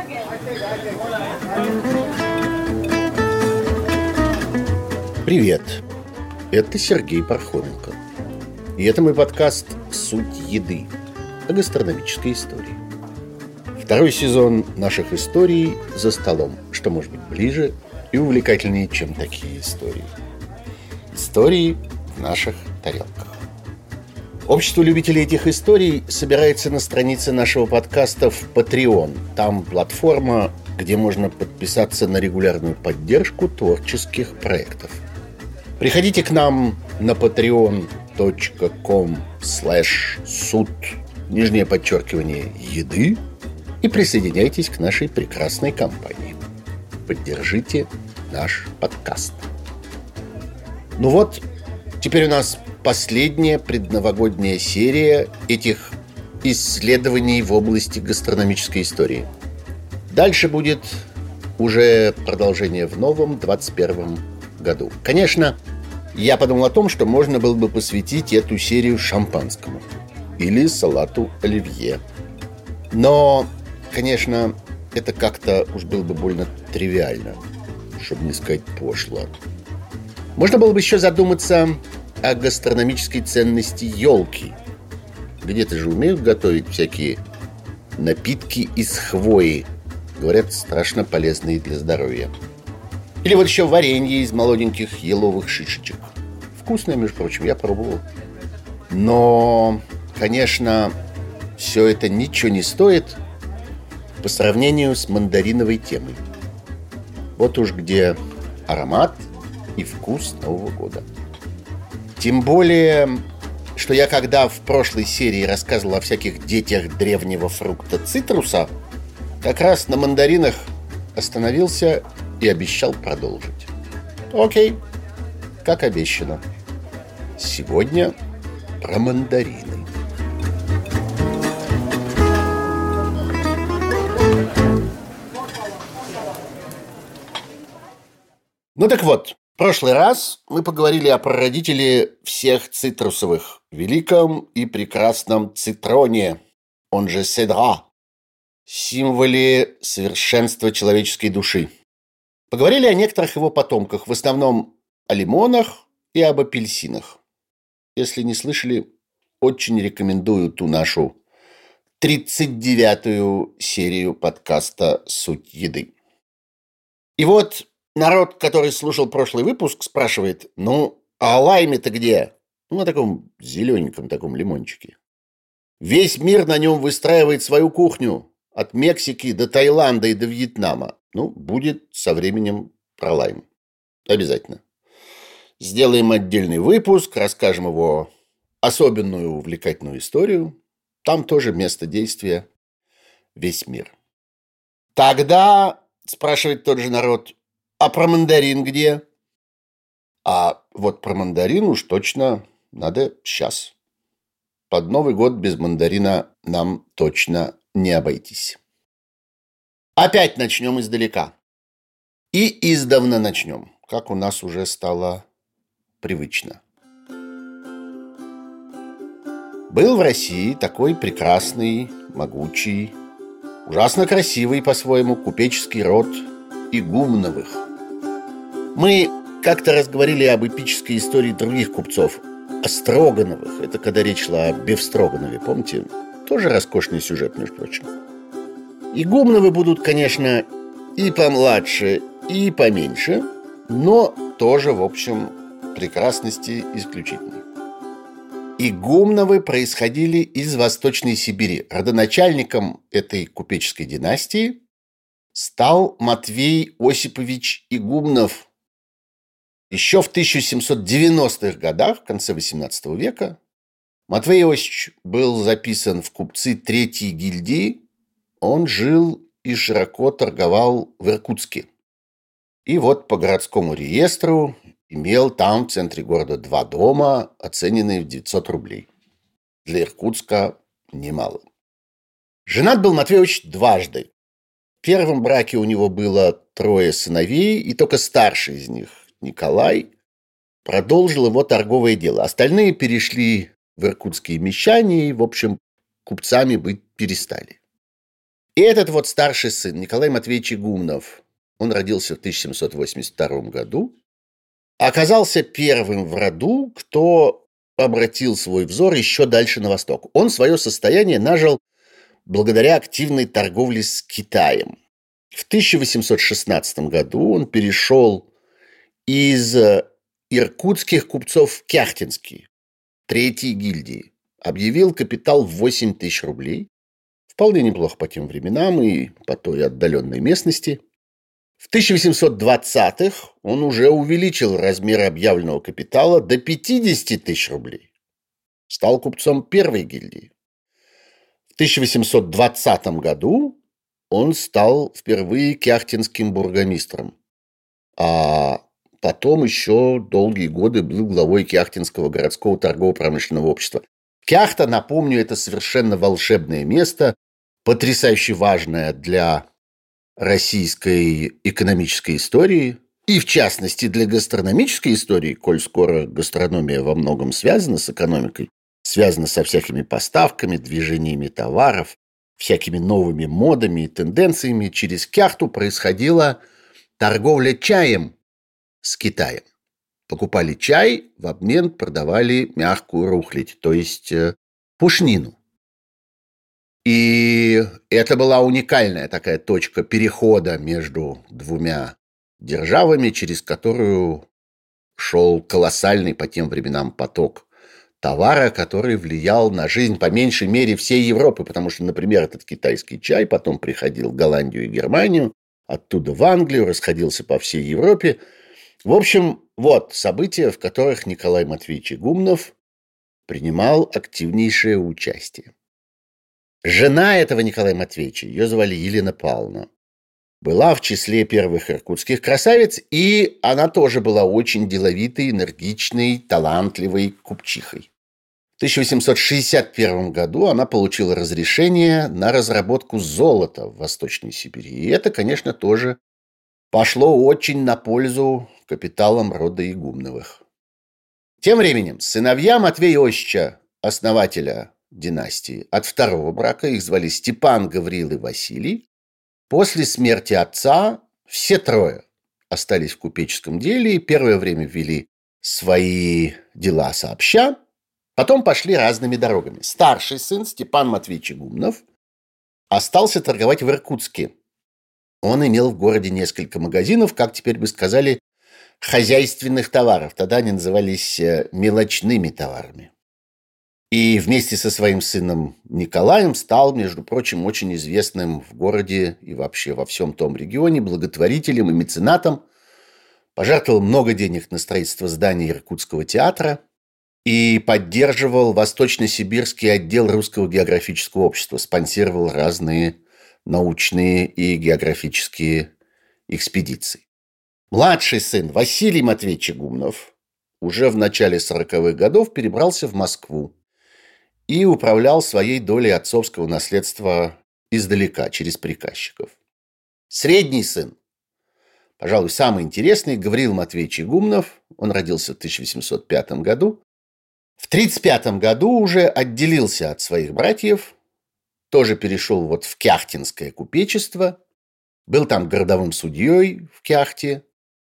Привет, это Сергей Пархоменко. И это мой подкаст «Суть еды» о гастрономической истории. Второй сезон наших историй за столом, что может быть ближе и увлекательнее, чем такие истории. Истории в наших тарелках. Общество любителей этих историй собирается на странице нашего подкаста в Patreon. Там платформа, где можно подписаться на регулярную поддержку творческих проектов. Приходите к нам на patreon.com/суд_еды и присоединяйтесь к нашей прекрасной компании. Поддержите наш подкаст. Ну вот, теперь у нас последняя предновогодняя серия этих исследований в области гастрономической истории. Дальше будет уже продолжение в новом 21 году. Конечно, я подумал о том, что можно было бы посвятить эту серию шампанскому или салату оливье. Но, конечно, это как-то уж было бы больно тривиально, чтобы не сказать пошло. Можно было бы еще задуматься о гастрономической ценности елки. Где-то же умеют готовить всякие напитки из хвои. Говорят, страшно полезные для здоровья. Или вот еще варенье из молоденьких еловых шишечек. Вкусное, между прочим, я пробовал. Но, конечно, все это ничего не стоит по сравнению с мандариновой темой. Вот уж где аромат и вкус Нового года. Тем более, что я когда в прошлой серии рассказывал о всяких детях древнего фрукта цитруса, как раз на мандаринах остановился и обещал продолжить. Окей, как обещано. Сегодня про мандарины. Ну так вот, в прошлый раз мы поговорили о прародителе всех цитрусовых, великом и прекрасном цитроне, он же седра, символе совершенства человеческой души. Поговорили о некоторых его потомках, в основном о лимонах и об апельсинах. Если не слышали, очень рекомендую ту нашу 39-ю серию подкаста «Суть еды». И вот народ, который слушал прошлый выпуск, спрашивает, ну, а лайме-то где? Ну, на таком зелененьком таком лимончике. Весь мир на нем выстраивает свою кухню. От Мексики до Таиланда и до Вьетнама. Ну, будет со временем про лайм. Обязательно. Сделаем отдельный выпуск, расскажем его особенную увлекательную историю. Там тоже место действия весь мир. Тогда, спрашивает тот же народ, а про мандарин где? А вот про мандарин уж точно надо сейчас. Под Новый год без мандарина нам точно не обойтись. Опять начнем издалека. И издавна начнем, как у нас уже стало привычно. Был в России такой прекрасный, могучий, ужасно красивый по-своему купеческий род Игумновых. Мы как-то раз говорили об эпической истории других купцов, о Строгановых. Это когда речь шла о Бефстроганове, помните? Тоже роскошный сюжет, между прочим. Игумновы будут, конечно, и помладше, и поменьше, но тоже, в общем, прекрасности исключительной. Игумновы происходили из Восточной Сибири. Родоначальником этой купеческой династии стал Матвей Осипович Игумнов. Еще в 1790-х годах, в конце XVIII века, Матвей Осипович был записан в купцы Третьей гильдии. Он жил и широко торговал в Иркутске. И вот по городскому реестру имел там в центре города 2 дома, оцененные в 900 рублей. Для Иркутска немало. Женат был Матвей Осипович дважды. В первом браке у него было 3 сыновей, и только старший из них, Николай, продолжил его торговое дело. Остальные перешли в иркутские мещане и, в общем, купцами быть перестали. И этот вот старший сын, Николай Матвеевич Игумнов, он родился в 1782 году, оказался первым в роду, кто обратил свой взор еще дальше на восток. Он свое состояние нажил благодаря активной торговле с Китаем. В 1816 году он перешел из иркутских купцов в Кяхтинские, третьей гильдии. Объявил капитал в 8 тысяч рублей. Вполне неплохо по тем временам и по той отдаленной местности. В 1820-х он уже увеличил размер объявленного капитала до 50 тысяч рублей. Стал купцом первой гильдии. В 1820 году он стал впервые кяхтинским бургомистром. А потом еще долгие годы был главой Кяхтинского городского торгово-промышленного общества. Кяхта, напомню, это совершенно волшебное место, потрясающе важное для российской экономической истории и, в частности, для гастрономической истории, коль скоро гастрономия во многом связана с экономикой, связана со всякими поставками, движениями товаров, всякими новыми модами и тенденциями. Через Кяхту происходила торговля чаем с Китаем. Покупали чай, в обмен продавали мягкую рухлядь, то есть пушнину. И это была уникальная такая точка перехода между двумя державами, через которую шел колоссальный по тем временам поток товара, который влиял на жизнь по меньшей мере всей Европы, потому что, например, этот китайский чай потом приходил в Голландию и Германию, оттуда в Англию, расходился по всей Европе. В общем, вот события, в которых Николай Матвеевич Игумнов принимал активнейшее участие. Жена этого Николая Матвеевича, ее звали Елена Павловна, была в числе первых иркутских красавиц, и она тоже была очень деловитой, энергичной, талантливой купчихой. В 1861 году она получила разрешение на разработку золота в Восточной Сибири. И это, конечно, тоже пошло очень на пользу капиталам рода Игумновых. Тем временем сыновья Матвея Иосифовича, основателя династии, от второго брака, их звали Степан, Гавриил и Василий, после смерти отца все трое остались в купеческом деле и первое время вели свои дела сообща, потом пошли разными дорогами. Старший сын Степан Матвеевич Игумнов остался торговать в Иркутске. Он имел в городе несколько магазинов, как теперь бы сказали, хозяйственных товаров. Тогда они назывались мелочными товарами. И вместе со своим сыном Николаем стал, между прочим, очень известным в городе и вообще во всем том регионе благотворителем и меценатом. Пожертвовал много денег на строительство здания Иркутского театра и поддерживал Восточно-Сибирский отдел Русского географического общества, спонсировал разные научные и географические экспедиции. Младший сын Василий Матвеевич Игумнов уже в начале 40-х годов перебрался в Москву и управлял своей долей отцовского наследства издалека, через приказчиков. Средний сын, пожалуй, самый интересный, Гавриил Матвеевич Игумнов, он родился в 1805 году. В 1935 году уже отделился от своих братьев, тоже перешел вот в кяхтинское купечество, был там городовым судьей в Кяхте,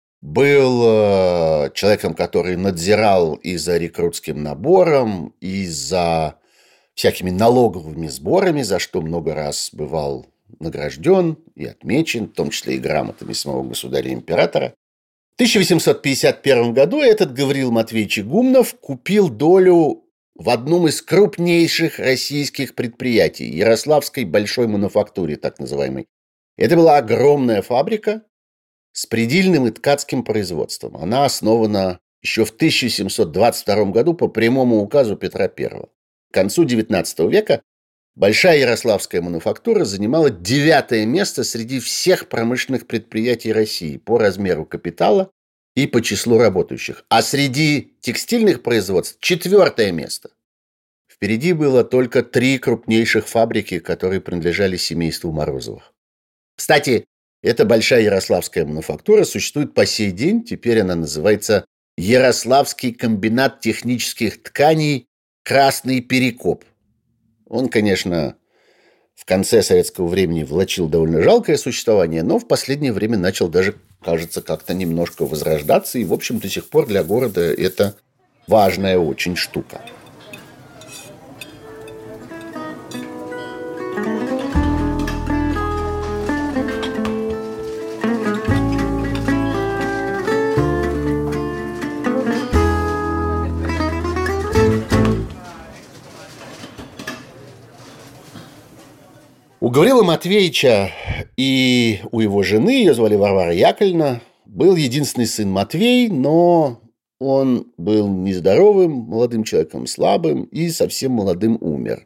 был человеком, который надзирал и за рекрутским набором, и за всякими налоговыми сборами, за что много раз бывал награжден и отмечен, в том числе и грамотами самого государя-императора. В 1851 году этот Гавриил Матвеевич Игумнов купил долю в одном из крупнейших российских предприятий, Ярославской большой мануфактуре, так называемой. Это была огромная фабрика с предельным и ткацким производством. Она основана еще в 1722 году по прямому указу Петра I. К концу XIX века Большая Ярославская мануфактура занимала 9-е место среди всех промышленных предприятий России по размеру капитала и по числу работающих. А среди текстильных производств 4-е место. Впереди было только 3 крупнейших фабрики, которые принадлежали семейству Морозовых. Кстати, эта Большая Ярославская мануфактура существует по сей день. Теперь она называется Ярославский комбинат технических тканей «Красный Перекоп». Он, конечно, в конце советского времени влачил довольно жалкое существование, но в последнее время начал даже, кажется, как-то немножко возрождаться. И, в общем, до сих пор для города это важная очень штука. У Гаврилы Матвеевича и у его жены, ее звали Варвара Яковлевна, был единственный сын Матвей, но он был нездоровым, молодым человеком, слабым и совсем молодым умер.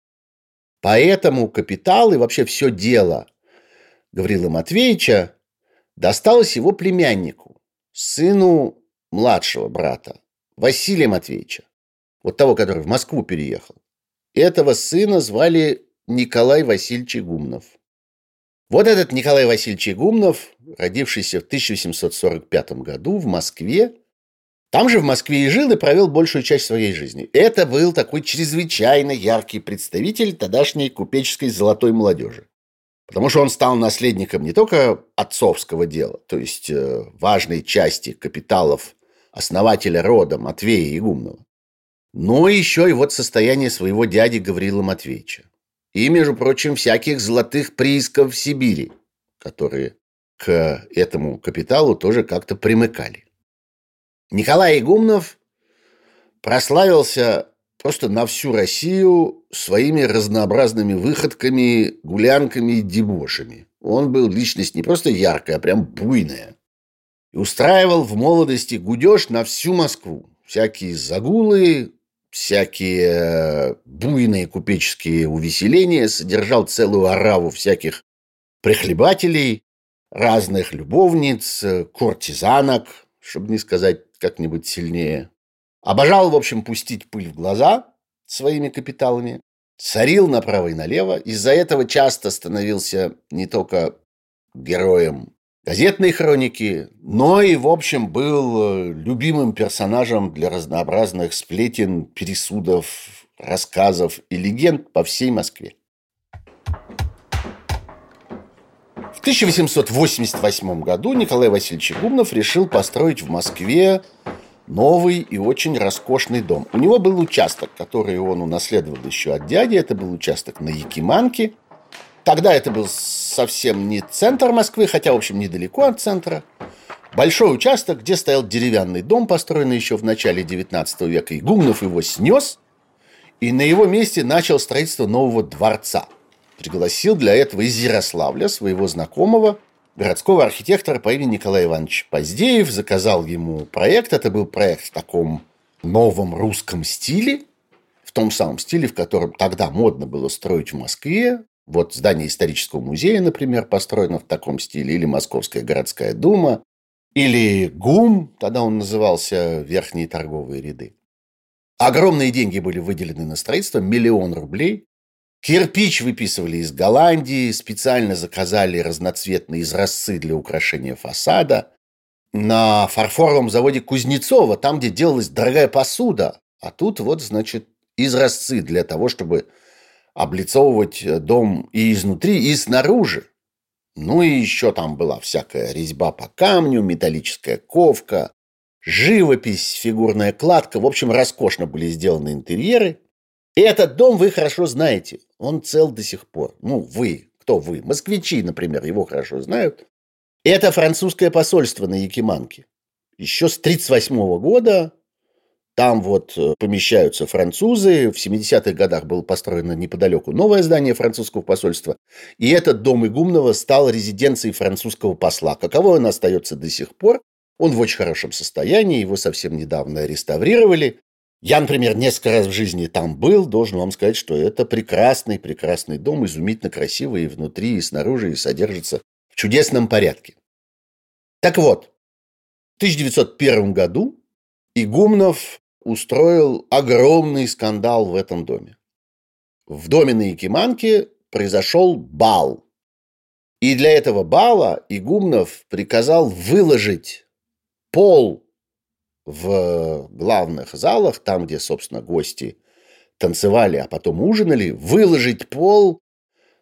Поэтому капитал и вообще все дело Гаврилы Матвеевича досталось его племяннику, сыну младшего брата, Василия Матвеевича, вот того, который в Москву переехал. Этого сына звали Николай Васильевич Игумнов. Вот этот Николай Васильевич Игумнов, родившийся в 1845 году в Москве, там же в Москве и жил, и провел большую часть своей жизни. Это был такой чрезвычайно яркий представитель тогдашней купеческой золотой молодежи. Потому что он стал наследником не только отцовского дела, то есть важной части капиталов основателя рода Матвея Игумнова, но еще и вот состояние своего дяди Гаврила Матвеевича. И, между прочим, всяких золотых приисков в Сибири, которые к этому капиталу тоже как-то примыкали. Николай Игумнов прославился просто на всю Россию своими разнообразными выходками, гулянками и дебошами. Он был личность не просто яркая, а прям буйная. И устраивал в молодости гудеж на всю Москву. Всякие загулы, всякие буйные купеческие увеселения, содержал целую ораву всяких прихлебателей, разных любовниц, куртизанок, чтобы не сказать как-нибудь сильнее. Обожал, в общем, пустить пыль в глаза своими капиталами, сорил направо и налево. Из-за этого часто становился не только героем газетной хроники, но и, в общем, был любимым персонажем для разнообразных сплетен, пересудов, рассказов и легенд по всей Москве. В 1888 году Николай Васильевич Игумнов решил построить в Москве новый и очень роскошный дом. У него был участок, который он унаследовал еще от дяди. Это был участок на Якиманке. Тогда это был совсем не центр Москвы, хотя, в общем, недалеко от центра. Большой участок, где стоял деревянный дом, построенный еще в начале XIX века. Игумнов его снес, и на его месте начал строительство нового дворца. Пригласил для этого из Ярославля своего знакомого, городского архитектора по имени Николай Иванович Поздеев, заказал ему проект. Это был проект в таком новом русском стиле, в том самом стиле, в котором тогда модно было строить в Москве. Вот здание исторического музея, например, построено в таком стиле, или Московская городская дума, или ГУМ, тогда он назывался «Верхние торговые ряды». Огромные деньги были выделены на строительство, 1 000 000 рублей. Кирпич выписывали из Голландии, специально заказали разноцветные изразцы для украшения фасада. На фарфоровом заводе Кузнецова, там, где делалась дорогая посуда, а тут вот, значит, изразцы для того, чтобы облицовывать дом и изнутри, и снаружи. Ну и еще там была всякая резьба по камню, металлическая ковка, живопись, фигурная кладка. В общем, роскошно были сделаны интерьеры. И этот дом вы хорошо знаете. Он цел до сих пор. Ну, вы, кто вы? Москвичи, например, его хорошо знают. Это французское посольство на Якиманке. Еще с 1938 года там вот помещаются французы. В 70-х годах было построено неподалеку новое здание французского посольства. И этот дом Игумнова стал резиденцией французского посла. Каково он остается до сих пор. Он в очень хорошем состоянии. Его совсем недавно реставрировали. Я, например, несколько раз в жизни там был. Должен вам сказать, что это прекрасный, прекрасный дом. Изумительно красивый и внутри, и снаружи, и содержится в чудесном порядке. Так вот, в 1901 году Игумнов устроил огромный скандал в этом доме. В доме на Якиманке произошел бал. И для этого бала Игумнов приказал выложить пол в главных залах, там, где, собственно, гости танцевали, а потом ужинали, выложить пол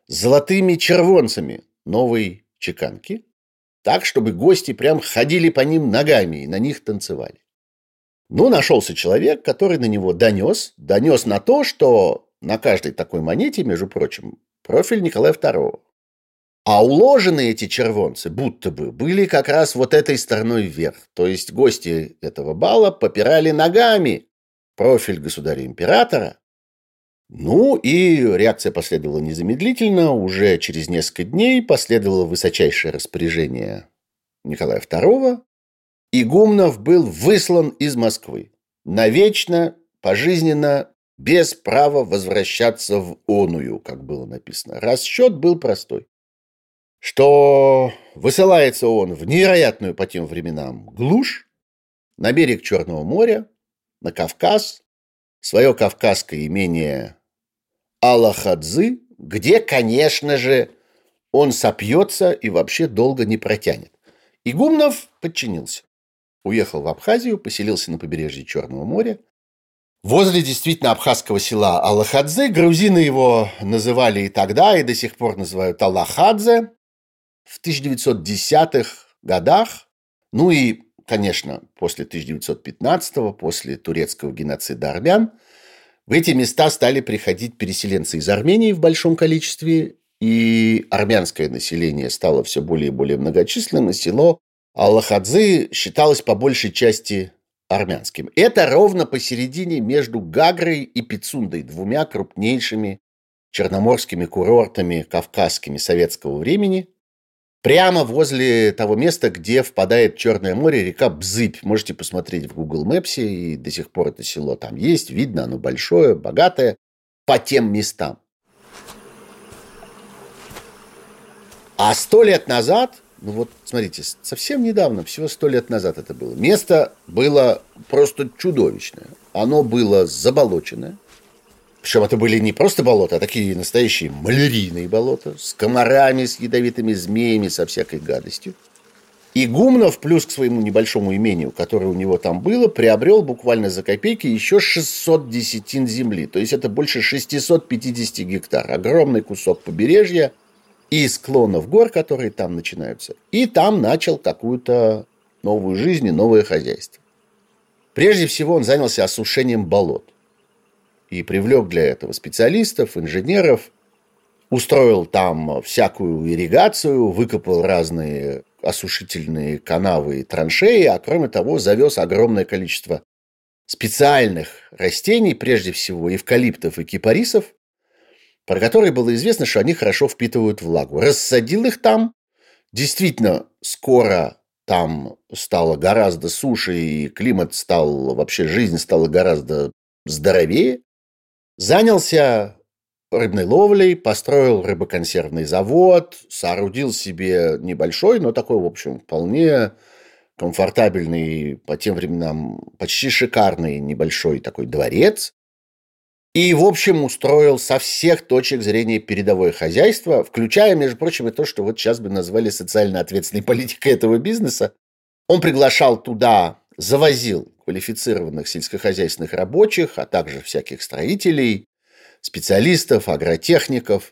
с золотыми червонцами новой чеканки, так, чтобы гости прям ходили по ним ногами и на них танцевали. Ну, нашелся человек, который на него донес на то, что на каждой такой монете, между прочим, профиль Николая II. А уложены эти червонцы будто бы были как раз вот этой стороной вверх. То есть гости этого бала попирали ногами профиль государя-императора. Ну и реакция последовала незамедлительно. Уже через несколько дней последовало высочайшее распоряжение Николая II. И Гумнов был выслан из Москвы. Навечно, пожизненно, без права возвращаться в оную, как было написано. Расчет был простой. Что высылается он в невероятную по тем временам глушь, на берег Черного моря, на Кавказ, свое кавказское имение Алахадзы, где, конечно же, он сопьется и вообще долго не протянет. И Гумнов подчинился. Уехал в Абхазию, поселился на побережье Черного моря. Возле действительно абхазского села Алахадзе, грузины его называли и тогда, и до сих пор называют Алахадзе. В 1910-х годах, ну и, конечно, после 1915-го, после турецкого геноцида армян, в эти места стали приходить переселенцы из Армении в большом количестве, и армянское население стало все более и более многочисленным, и село Алахадзы считалось по большей части армянским. Это ровно посередине между Гагрой и Пицундой, двумя крупнейшими черноморскими курортами кавказскими советского времени, прямо возле того места, где впадает в Черное море река Бзыбь. Можете посмотреть в Google Maps, и до сих пор это село там есть, видно, оно большое, богатое, по тем местам. А 100 лет назад, ну вот, смотрите, совсем недавно, всего 100 лет назад это было, место было просто чудовищное. Оно было заболоченное. Причем это были не просто болота, а такие настоящие малярийные болота с комарами, с ядовитыми змеями, со всякой гадостью. И Гумнов, плюс к своему небольшому имению, которое у него там было, приобрел буквально за копейки еще 600 десятин земли. То есть это больше 650 гектар. Огромный кусок побережья и склонов гор, которые там начинаются. И там начал какую-то новую жизнь и новое хозяйство. Прежде всего он занялся осушением болот. И привлек для этого специалистов, инженеров, устроил там всякую ирригацию, выкопал разные осушительные канавы и траншеи, а кроме того завез огромное количество специальных растений, прежде всего эвкалиптов и кипарисов, про которые было известно, что они хорошо впитывают влагу. Рассадил их там. Действительно, скоро там стало гораздо суше, и климат стал, вообще жизнь стала гораздо здоровее. Занялся рыбной ловлей, построил рыбоконсервный завод, соорудил себе небольшой, но такой, в общем, вполне комфортабельный, по тем временам почти шикарный небольшой такой дворец. И, в общем, устроил со всех точек зрения передовое хозяйство, включая, между прочим, и то, что вот сейчас бы назвали социально ответственной политикой этого бизнеса. Он приглашал туда, завозил квалифицированных сельскохозяйственных рабочих, а также всяких строителей, специалистов, агротехников,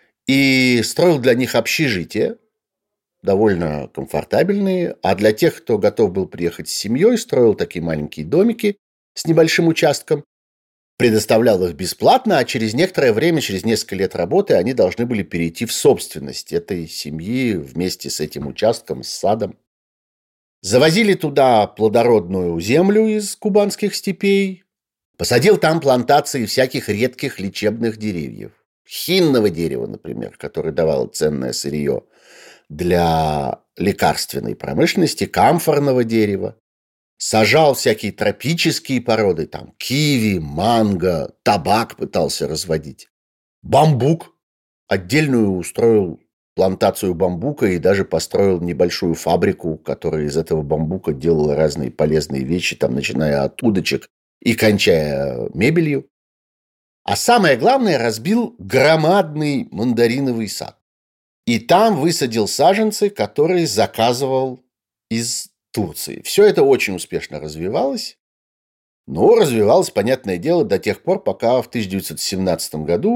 и строил для них общежития, довольно комфортабельные, а для тех, кто готов был приехать с семьей, строил такие маленькие домики с небольшим участком, предоставлял их бесплатно, а через некоторое время, через несколько лет работы, они должны были перейти в собственность этой семьи вместе с этим участком, с садом. Завозили туда плодородную землю из кубанских степей, посадил там плантации всяких редких лечебных деревьев. Хинного дерева, например, которое давало ценное сырье для лекарственной промышленности, камфорного дерева. Сажал всякие тропические породы, там киви, манго, табак пытался разводить. Бамбук. Отдельную устроил плантацию бамбука и даже построил небольшую фабрику, которая из этого бамбука делала разные полезные вещи, там, начиная от удочек и кончая мебелью. А самое главное, разбил громадный мандариновый сад. И там высадил саженцы, которые заказывал из Турции. Все это очень успешно развивалось. Но развивалось, понятное дело, до тех пор, пока в 1917 году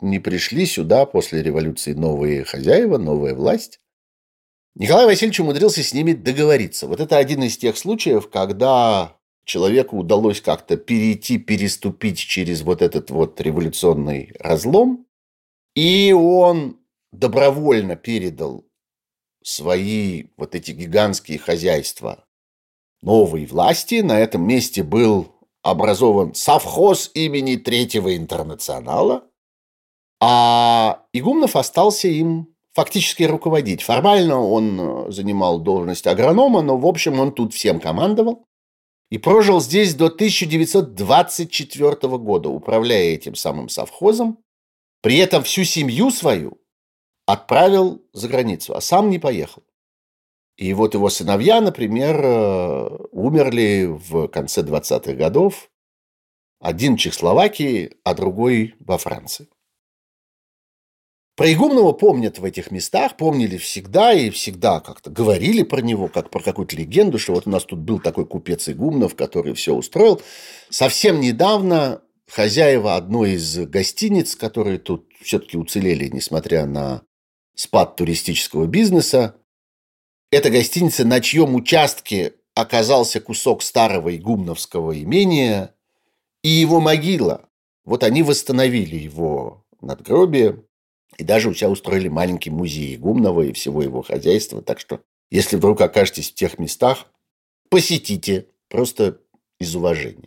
не пришли сюда после революции новые хозяева, новая власть. Николай Васильевич умудрился с ними договориться. Вот это один из тех случаев, когда человеку удалось как-то переступить через вот этот вот революционный разлом, и он добровольно передал свои вот эти гигантские хозяйства новой власти. На этом месте был образован совхоз имени Третьего Интернационала, а Игумнов остался им фактически руководить. Формально он занимал должность агронома, но, в общем, он тут всем командовал и прожил здесь до 1924 года, управляя этим самым совхозом. При этом всю семью свою отправил за границу, а сам не поехал. И вот его сыновья, например, умерли в конце 20-х годов. Один в Чехословакии, а другой во Франции. Про Игумнова помнят в этих местах, помнили всегда и всегда как-то говорили про него, как про какую-то легенду, что вот у нас тут был такой купец Игумнов, который все устроил. Совсем недавно хозяева одной из гостиниц, которые тут все-таки уцелели, несмотря на спад туристического бизнеса, эта гостиница, на чьем участке оказался кусок старого игумновского имения и его могила. Вот они восстановили его надгробие и даже у себя устроили маленький музей Игумнова и всего его хозяйства. Так что, если вдруг окажетесь в тех местах, посетите просто из уважения.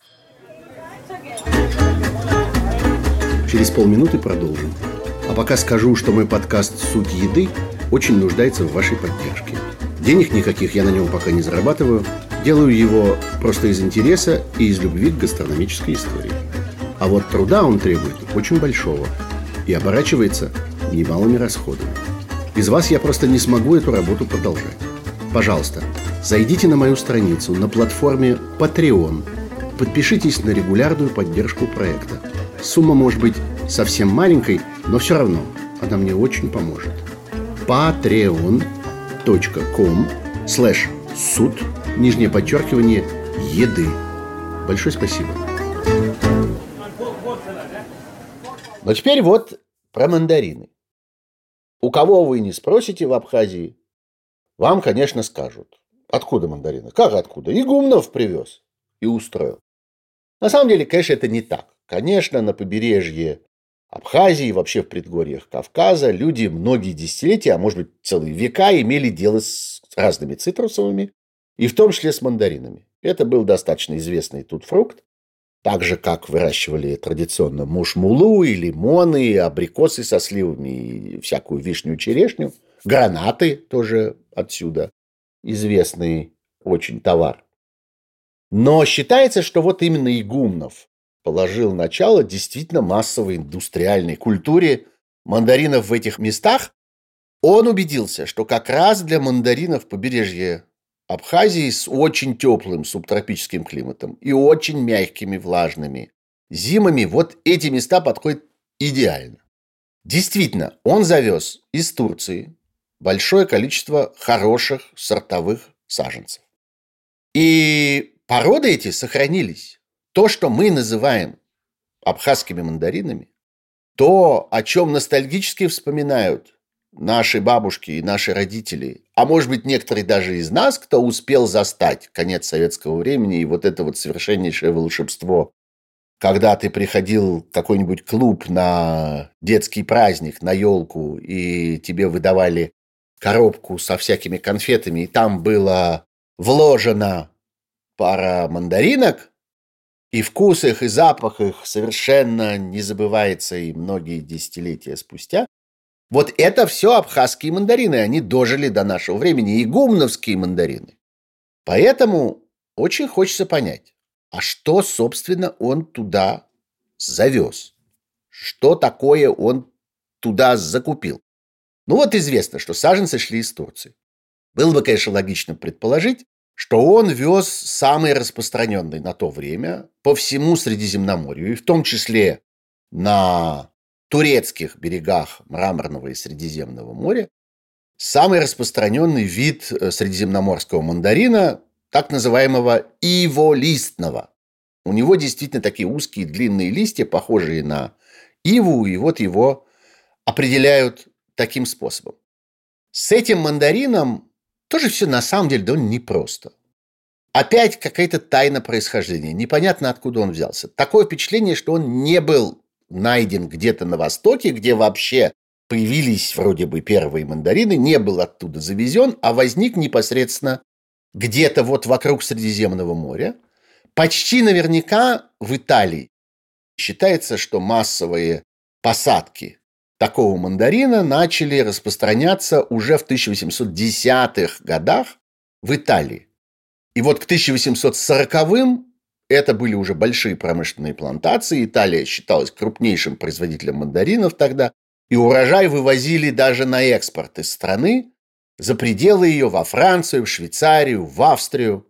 Через полминуты продолжим. А пока скажу, что мой подкаст «Суть еды» очень нуждается в вашей поддержке. Денег никаких я на нем пока не зарабатываю. Делаю его просто из интереса и из любви к гастрономической истории. А вот труда он требует очень большого и оборачивается немалыми расходами. Без вас я просто не смогу эту работу продолжать. Пожалуйста, зайдите на мою страницу на платформе Patreon. Подпишитесь на регулярную поддержку проекта. Сумма может быть совсем маленькой, но все равно она мне очень поможет. patreon.com/суд_еды. Большое спасибо. Но теперь вот про мандарины. У кого вы не спросите в Абхазии, вам, конечно, скажут. Откуда мандарины? Как откуда? Игумнов привез и устроил. На самом деле, конечно, это не так. Конечно, на побережье Абхазии, вообще в предгорьях Кавказа, люди многие десятилетия, а может быть целые века имели дело с разными цитрусовыми, и в том числе с мандаринами. Это был достаточно известный тут фрукт. Так же, как выращивали традиционно мушмулу и лимоны, и абрикосы со сливами, и всякую вишню, черешню. Гранаты тоже отсюда известный очень товар. Но считается, что вот именно Игумнов положил начало действительно массовой индустриальной культуре мандаринов в этих местах. Он убедился, что как раз для мандаринов побережья Абхазии с очень теплым субтропическим климатом и очень мягкими влажными зимами вот эти места подходят идеально. Действительно, он завез из Турции большое количество хороших сортовых саженцев. И породы эти сохранились. То, что мы называем абхазскими мандаринами, то, о чем ностальгически вспоминают наши бабушки и наши родители, а может быть, некоторые даже из нас, кто успел застать конец советского времени и вот это вот совершеннейшее волшебство, когда ты приходил в какой-нибудь клуб на детский праздник, на елку, и тебе выдавали коробку со всякими конфетами, и там было вложено пара мандаринок, и вкус их, и запах их совершенно не забывается и многие десятилетия спустя. Вот это все абхазские мандарины, они дожили до нашего времени, игумновские мандарины. Поэтому очень хочется понять, а что, собственно, он туда завез? Что такое он туда закупил? Ну вот известно, что саженцы шли из Турции. Было бы, конечно, логично предположить, что он вез самый распространенный на то время по всему Средиземноморью, и в том числе на турецких берегах Мраморного и Средиземного моря, самый распространенный вид средиземноморского мандарина, так называемого иволистного. У него действительно такие узкие длинные листья, похожие на иву, и вот его определяют таким способом. С этим мандарином тоже все на самом деле довольно непросто. Опять какая-то тайна происхождения. Непонятно, откуда он взялся. Такое впечатление, что он не был найден где-то на Востоке, где вообще появились вроде бы первые мандарины, не был оттуда завезен, а возник непосредственно где-то вот вокруг Средиземного моря. Почти наверняка в Италии. Считается, что массовые посадки такого мандарина начали распространяться уже в 1810-х годах в Италии. И вот к 1840-м это были уже большие промышленные плантации. Италия считалась крупнейшим производителем мандаринов тогда. И урожай вывозили даже на экспорт из страны, за пределы ее, во Францию, в Швейцарию, в Австрию.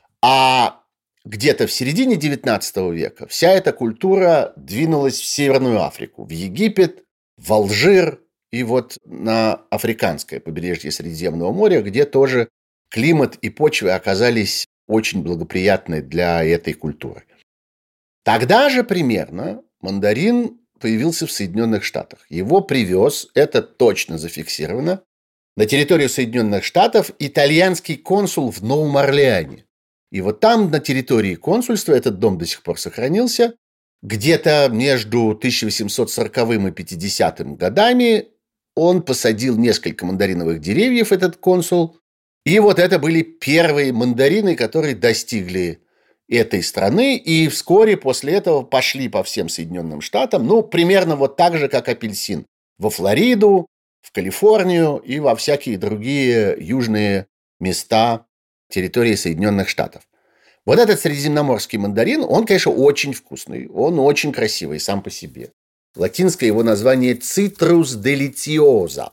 А где-то в середине XIX века вся эта культура двинулась в Северную Африку, в Египет, в Алжир и вот на африканское побережье Средиземного моря, где тоже климат и почвы оказались очень благоприятны для этой культуры. Тогда же примерно мандарин появился в Соединенных Штатах. Его привез, это точно зафиксировано, на территорию Соединенных Штатов итальянский консул в Новом Орлеане. И вот там, на территории консульства, этот дом до сих пор сохранился, где-то между 1840 и 50 годами он посадил несколько мандариновых деревьев, этот консул. И вот это были первые мандарины, которые достигли этой страны, и вскоре после этого пошли по всем Соединенным Штатам, ну, примерно вот так же, как апельсин, во Флориду, в Калифорнию и во всякие другие южные места территории Соединенных Штатов. Вот этот средиземноморский мандарин, он, конечно, очень вкусный, он очень красивый сам по себе. Латинское его название Citrus deliciosa.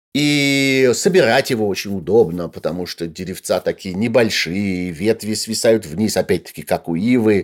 И собирать его очень удобно, потому что деревца такие небольшие, ветви свисают вниз, опять-таки, как у ивы.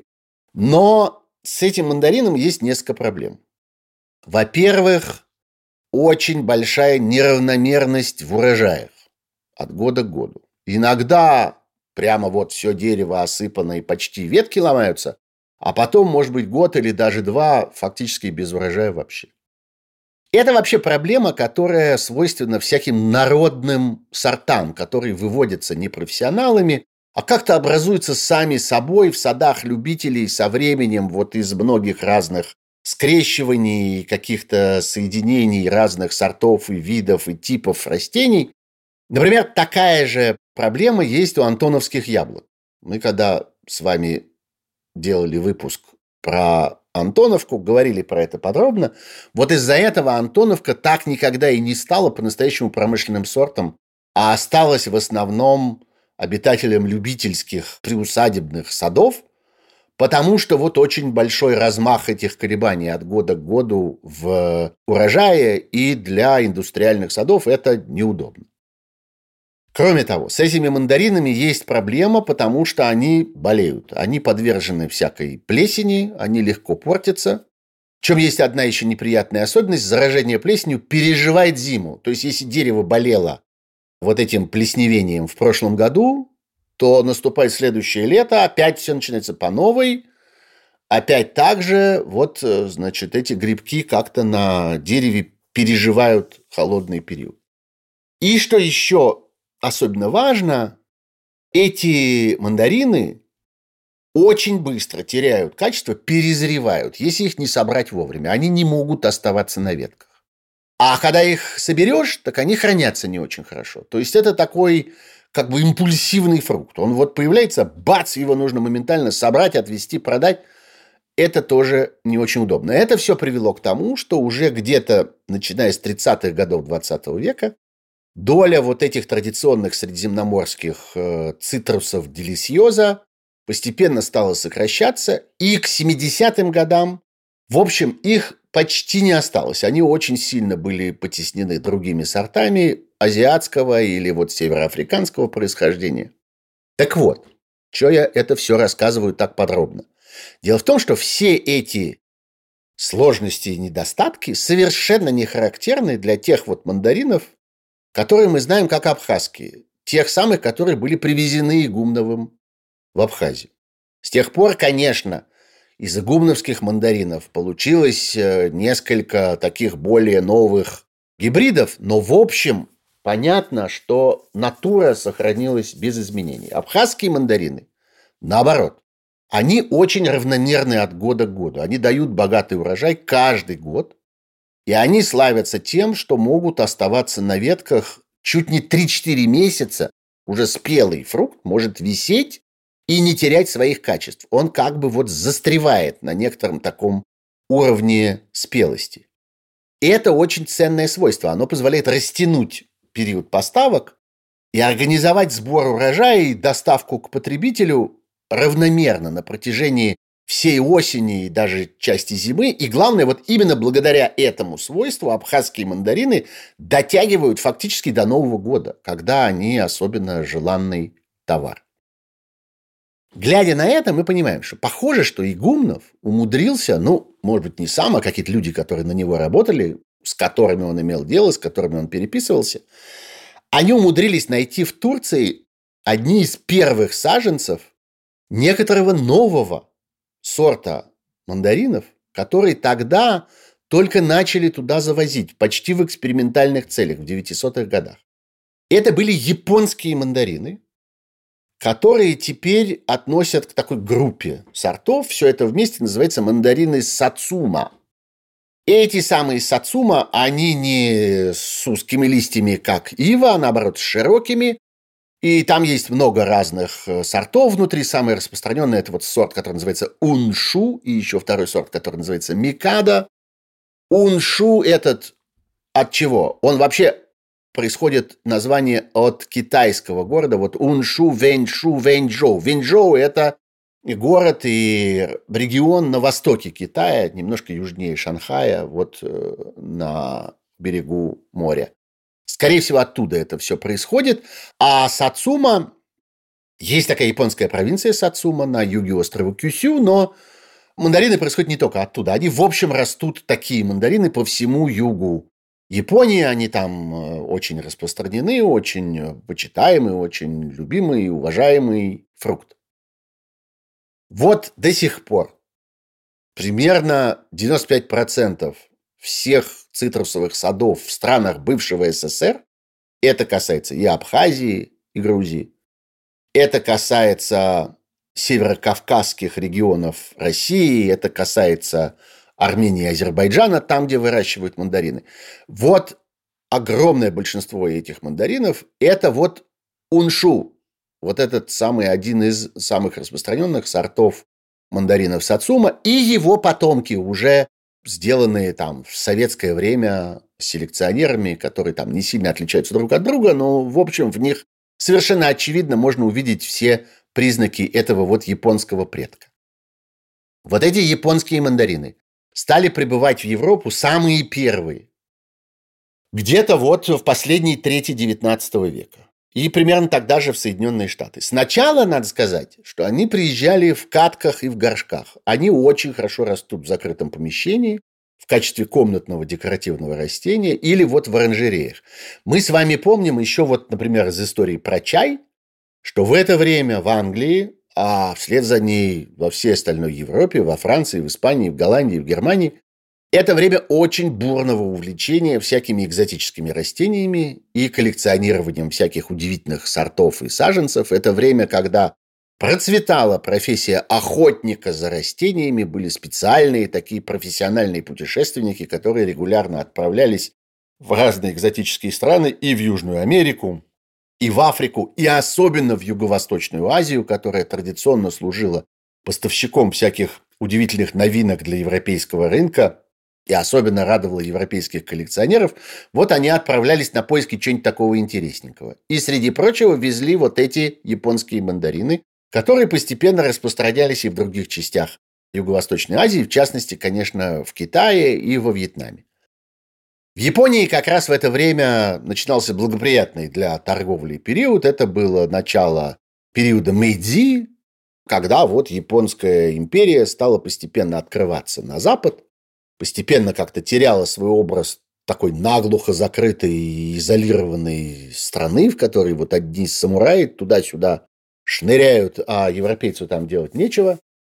Но с этим мандарином есть несколько проблем. Во-первых, очень большая неравномерность в урожаях от года к году. Иногда прямо вот все дерево осыпано и почти ветки ломаются, а потом, может быть, год или даже два фактически без урожая вообще. Это вообще проблема, которая свойственна всяким народным сортам, которые выводятся не профессионалами, а как-то образуются сами собой в садах любителей со временем вот из многих разных скрещиваний, каких-то соединений разных сортов и видов и типов растений. Например, такая же проблема есть у антоновских яблок. Мы когда с вами делали выпуск про Антоновку, говорили про это подробно. Вот из-за этого Антоновка так никогда и не стала по-настоящему промышленным сортом, а осталась в основном обитателем любительских приусадебных садов, потому что вот очень большой размах этих колебаний от года к году в урожае, и для индустриальных садов это неудобно. Кроме того, с этими мандаринами есть проблема, потому что они болеют. Они подвержены всякой плесени, они легко портятся. В чем есть одна еще неприятная особенность: заражение плесенью переживает зиму. То есть, если дерево болело вот этим плесневением в прошлом году, то наступает следующее лето, опять все начинается по новой. Опять так же, вот, значит, эти грибки как-то на дереве переживают холодный период. И что еще особенно важно, эти мандарины очень быстро теряют качество, перезревают, если их не собрать вовремя. Они не могут оставаться на ветках. А когда их соберешь, так они хранятся не очень хорошо. То есть, это такой как бы импульсивный фрукт. Он вот появляется, бац, его нужно моментально собрать, отвезти, продать. Это тоже не очень удобно. Это все привело к тому, что уже где-то, начиная с 30-х годов 20 века, доля вот этих традиционных средиземноморских цитрусов делисьоза постепенно стала сокращаться, и к 70-м годам, в общем, их почти не осталось. Они очень сильно были потеснены другими сортами азиатского или вот североафриканского происхождения. Так вот, что я это все рассказываю так подробно? Дело в том, что все эти сложности и недостатки совершенно не характерны для тех вот мандаринов, которые мы знаем как абхазские, тех самых, которые были привезены Игумновым в Абхазию. С тех пор, конечно, из игумновских мандаринов получилось несколько таких более новых гибридов, но в общем понятно, что натура сохранилась без изменений. Абхазские мандарины, наоборот, они очень равномерны от года к году. Они дают богатый урожай каждый год, и они славятся тем, что могут оставаться на ветках чуть не 3-4 месяца. Уже спелый фрукт может висеть и не терять своих качеств. Он как бы вот застревает на некотором таком уровне спелости. И это очень ценное свойство. Оно позволяет растянуть период поставок и организовать сбор урожая и доставку к потребителю равномерно на протяжении всей осени и даже части зимы. И главное, вот именно благодаря этому свойству абхазские мандарины дотягивают фактически до Нового года, когда они особенно желанный товар. Глядя на это, мы понимаем, что похоже, что Игумнов умудрился, может быть, не сам, а какие-то люди, которые на него работали, с которыми он имел дело, с которыми он переписывался, они умудрились найти в Турции одни из первых саженцев некоторого нового сорта мандаринов, которые тогда только начали туда завозить, почти в экспериментальных целях, в 900-х годах. Это были японские мандарины, которые теперь относят к такой группе сортов. Все это вместе называется мандарины сацума. Эти самые сацума, они не с узкими листьями, как ива, а наоборот с широкими. И там есть много разных сортов внутри. Самый распространенный – это вот сорт, который называется уншу, и еще второй сорт, который называется микадо. Уншу этот от чего? Он вообще происходит название от китайского города. Вот Уншу, Вэньшу, Вэньчжоу. Вэньчжоу – это город и регион на востоке Китая, немножко южнее Шанхая, вот на берегу моря. Скорее всего, оттуда это все происходит. А Сацума, есть такая японская провинция Сацума на юге острова Кюсю, но мандарины происходят не только оттуда. Они, в общем, растут такие мандарины по всему югу Японии. Они там очень распространены, очень почитаемый, очень любимый и уважаемый фрукт. Вот до сих пор примерно 95% всех цитрусовых садов в странах бывшего СССР, это касается и Абхазии, и Грузии, это касается северокавказских регионов России, это касается Армении и Азербайджана, там, где выращивают мандарины. Вот огромное большинство этих мандаринов – это вот уншу. Вот этот самый один из самых распространенных сортов мандаринов сацума, и его потомки, уже сделанные там в советское время селекционерами, которые там не сильно отличаются друг от друга, но, в общем, в них совершенно очевидно можно увидеть все признаки этого вот японского предка. Вот эти японские мандарины стали прибывать в Европу самые первые, где-то вот в последней трети XIX века. И примерно тогда же в Соединенные Штаты. Сначала, надо сказать, что они приезжали в катках и в горшках. Они очень хорошо растут в закрытом помещении, в качестве комнатного декоративного растения или вот в оранжереях. Мы с вами помним еще вот, например, из истории про чай, что в это время в Англии, а вслед за ней во всей остальной Европе, во Франции, в Испании, в Голландии, в Германии, это время очень бурного увлечения всякими экзотическими растениями и коллекционированием всяких удивительных сортов и саженцев. Это время, когда процветала профессия охотника за растениями, были специальные такие профессиональные путешественники, которые регулярно отправлялись в разные экзотические страны и в Южную Америку, и в Африку, и особенно в Юго-Восточную Азию, которая традиционно служила поставщиком всяких удивительных новинок для европейского рынка и особенно радовала европейских коллекционеров. Вот они отправлялись на поиски чего-нибудь такого интересненького. И, среди прочего, везли вот эти японские мандарины, которые постепенно распространялись и в других частях Юго-Восточной Азии, в частности, конечно, в Китае и во Вьетнаме. В Японии как раз в это время начинался благоприятный для торговли период. Это было начало периода Мэйдзи, когда вот японская империя стала постепенно открываться на запад, постепенно как-то теряла свой образ такой наглухо закрытой и изолированной страны, в которой вот одни самураи туда-сюда шныряют, а европейцу там делать нечего.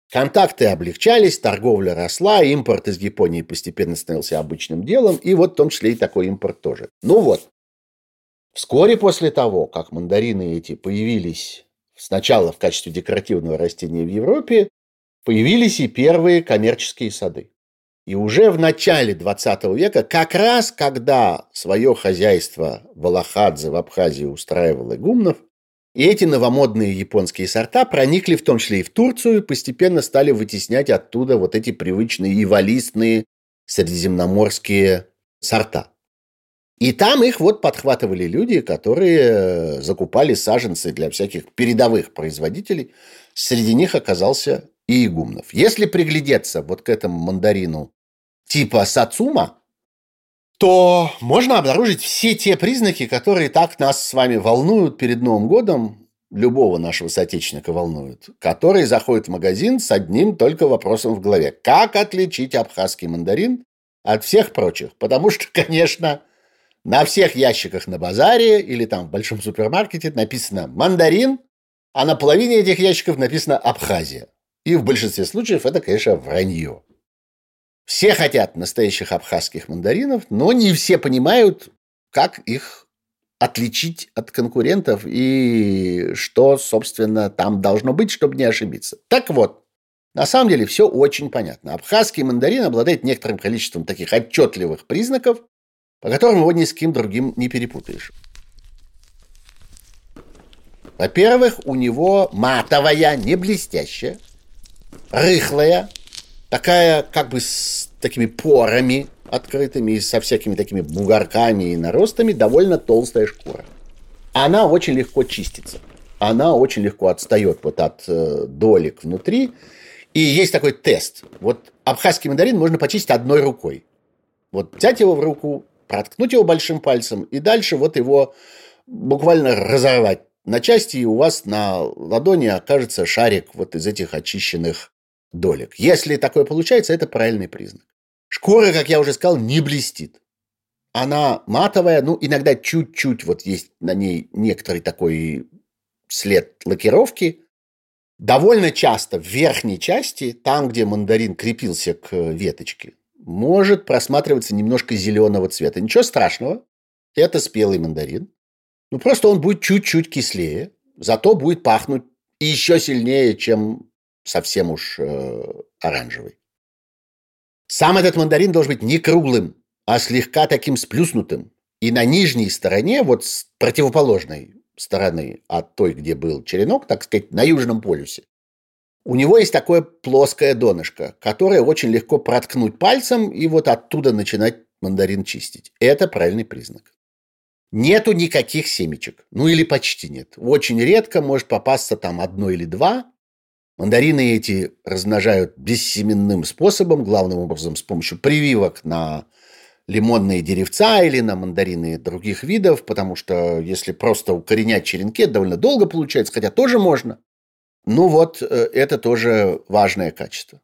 Контакты облегчались, торговля росла, импорт из Японии постепенно становился обычным делом, и вот в том числе и такой импорт тоже. Ну вот, вскоре после того, как мандарины эти появились сначала в качестве декоративного растения в Европе, появились и первые коммерческие сады. И уже в начале 20 века, как раз когда свое хозяйство Валахадзе в Абхазии устраивал Игумнов, и эти новомодные японские сорта проникли в том числе и в Турцию, и постепенно стали вытеснять оттуда вот эти привычные ивалистные средиземноморские сорта. И там их вот подхватывали люди, которые закупали саженцы для всяких передовых производителей. Среди них оказался и Игумнов. Если приглядеться вот к этому мандарину типа Сацума, то можно обнаружить все те признаки, которые так нас с вами волнуют перед Новым годом, любого нашего соотечественника волнуют, который заходит в магазин с одним только вопросом в голове. Как отличить абхазский мандарин от всех прочих? Потому что, конечно, на всех ящиках на базаре или там в большом супермаркете написано «мандарин», а на половине этих ящиков написано «Абхазия». И в большинстве случаев это, конечно, вранье. Все хотят настоящих абхазских мандаринов, но не все понимают, как их отличить от конкурентов и что, собственно, там должно быть, чтобы не ошибиться. Так вот, на самом деле все очень понятно. Абхазский мандарин обладает некоторым количеством таких отчетливых признаков, по которым его ни с кем другим не перепутаешь. Во-первых, у него матовая, не блестящая, рыхлая, такая как бы с такими порами открытыми, со всякими такими бугорками и наростами, довольно толстая шкура. Она очень легко чистится. Она очень легко отстает вот от долек внутри. И есть такой тест. Вот абхазский мандарин можно почистить одной рукой. Вот взять его в руку, проткнуть его большим пальцем и дальше вот его буквально разорвать на части, и у вас на ладони окажется шарик вот из этих очищенных долек. Если такое получается, это правильный признак. Шкура, как я уже сказал, не блестит. Она матовая, ну, иногда чуть-чуть вот есть на ней некоторый такой след лакировки. Довольно часто в верхней части, там, где мандарин крепился к веточке, может просматриваться немножко зеленого цвета. Ничего страшного, это спелый мандарин. Ну, просто он будет чуть-чуть кислее, зато будет пахнуть еще сильнее, чем совсем уж оранжевый. Сам этот мандарин должен быть не круглым, а слегка таким сплюснутым. И на нижней стороне, вот с противоположной стороны от той, где был черенок, так сказать, на южном полюсе, у него есть такое плоское донышко, которое очень легко проткнуть пальцем и вот оттуда начинать мандарин чистить. Это правильный признак. Нету никаких семечек, ну или почти нет. Очень редко может попасться там одно или два. Мандарины эти размножают бессеменным способом, главным образом с помощью прививок на лимонные деревца или на мандарины других видов, потому что если просто укоренять черенки, это довольно долго получается, хотя тоже можно. Ну вот, это тоже важное качество.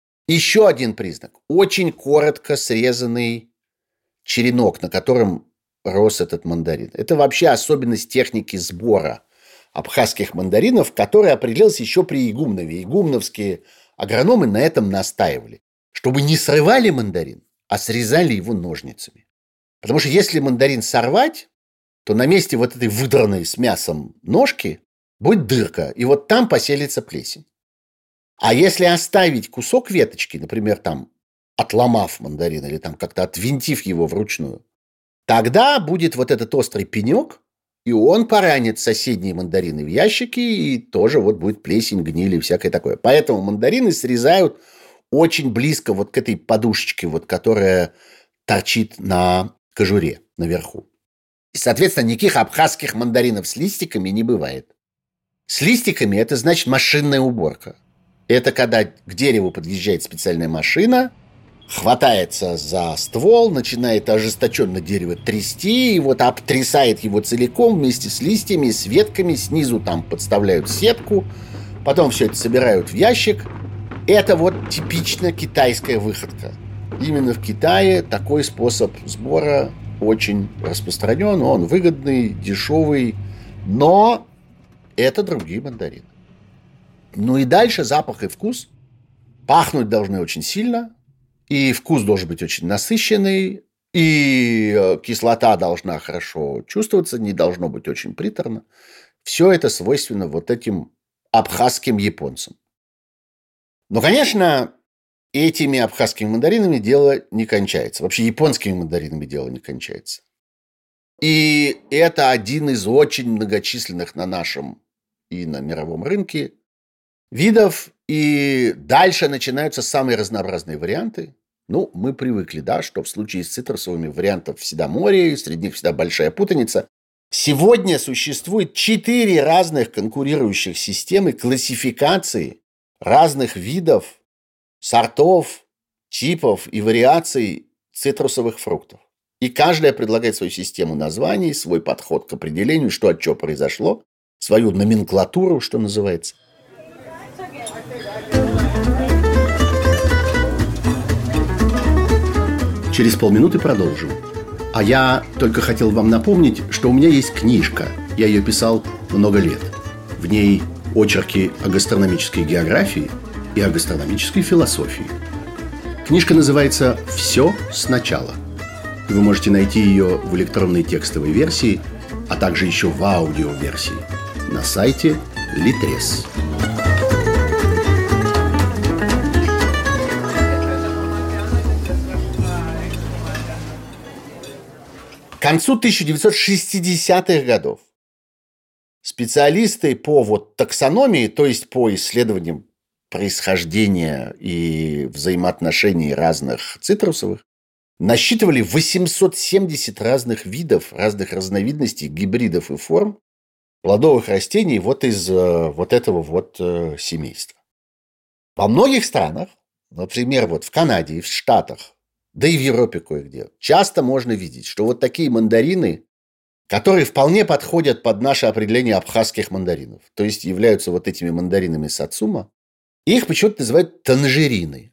Еще один признак. Очень коротко срезанный черенок, на котором рос этот мандарин. Это вообще особенность техники сбора абхазских мандаринов, которая определилась еще при Игумнове. Игумновские агрономы на этом настаивали, чтобы не срывали мандарин, а срезали его ножницами. Потому что если мандарин сорвать, то на месте вот этой выдранной с мясом ножки будет дырка, и вот там поселится плесень. А если оставить кусок веточки, например, там отломав мандарин или там как-то отвинтив его вручную, тогда будет вот этот острый пенек, и он поранит соседние мандарины в ящике, и тоже вот будет плесень, гниль и всякое такое. Поэтому мандарины срезают очень близко вот к этой подушечке, вот, которая торчит на кожуре наверху. И, соответственно, никаких абхазских мандаринов с листиками не бывает. С листиками это значит машинная уборка. Это когда к дереву подъезжает специальная машина, хватается за ствол, начинает ожесточенно дерево трясти, и вот обтрясает его целиком вместе с листьями, с ветками, снизу там подставляют сетку, потом все это собирают в ящик. Это вот типично китайская выходка. Именно в Китае такой способ сбора очень распространен, он выгодный, дешевый, но это другие мандарины. Ну и дальше запах и вкус пахнуть должны очень сильно, и вкус должен быть очень насыщенный, и кислота должна хорошо чувствоваться, не должно быть очень приторно. Все это свойственно вот этим абхазским японцам. Но, конечно, этими абхазскими мандаринами дело не кончается. Вообще японскими мандаринами дело не кончается. И это один из очень многочисленных на нашем и на мировом рынке видов. И дальше начинаются самые разнообразные варианты. Ну, мы привыкли, да, что в случае с цитрусовыми вариантов всегда море, среди них всегда большая путаница. Сегодня существует 4 разных конкурирующих системы классификации разных видов, сортов, типов и вариаций цитрусовых фруктов. И каждая предлагает свою систему названий, свой подход к определению, что от чего произошло, свою номенклатуру, что называется. Через полминуты продолжим. А я только хотел вам напомнить, что у меня есть книжка. Я ее писал много лет. В ней очерки о гастрономической географии и о гастрономической философии. Книжка называется «Все сначала». И вы можете найти ее в электронной текстовой версии, а также еще в аудиоверсии на сайте Litres. К концу 1960-х годов специалисты по таксономии, то есть по исследованиям происхождения и взаимоотношений разных цитрусовых, насчитывали 870 разных видов, разных разновидностей, гибридов и форм плодовых растений из этого семейства. Во многих странах, например, в Канаде и в Штатах, да и в Европе кое-где, часто можно видеть, что такие мандарины, которые вполне подходят под наше определение абхазских мандаринов, то есть являются этими мандаринами сацума, их почему-то называют танжерины.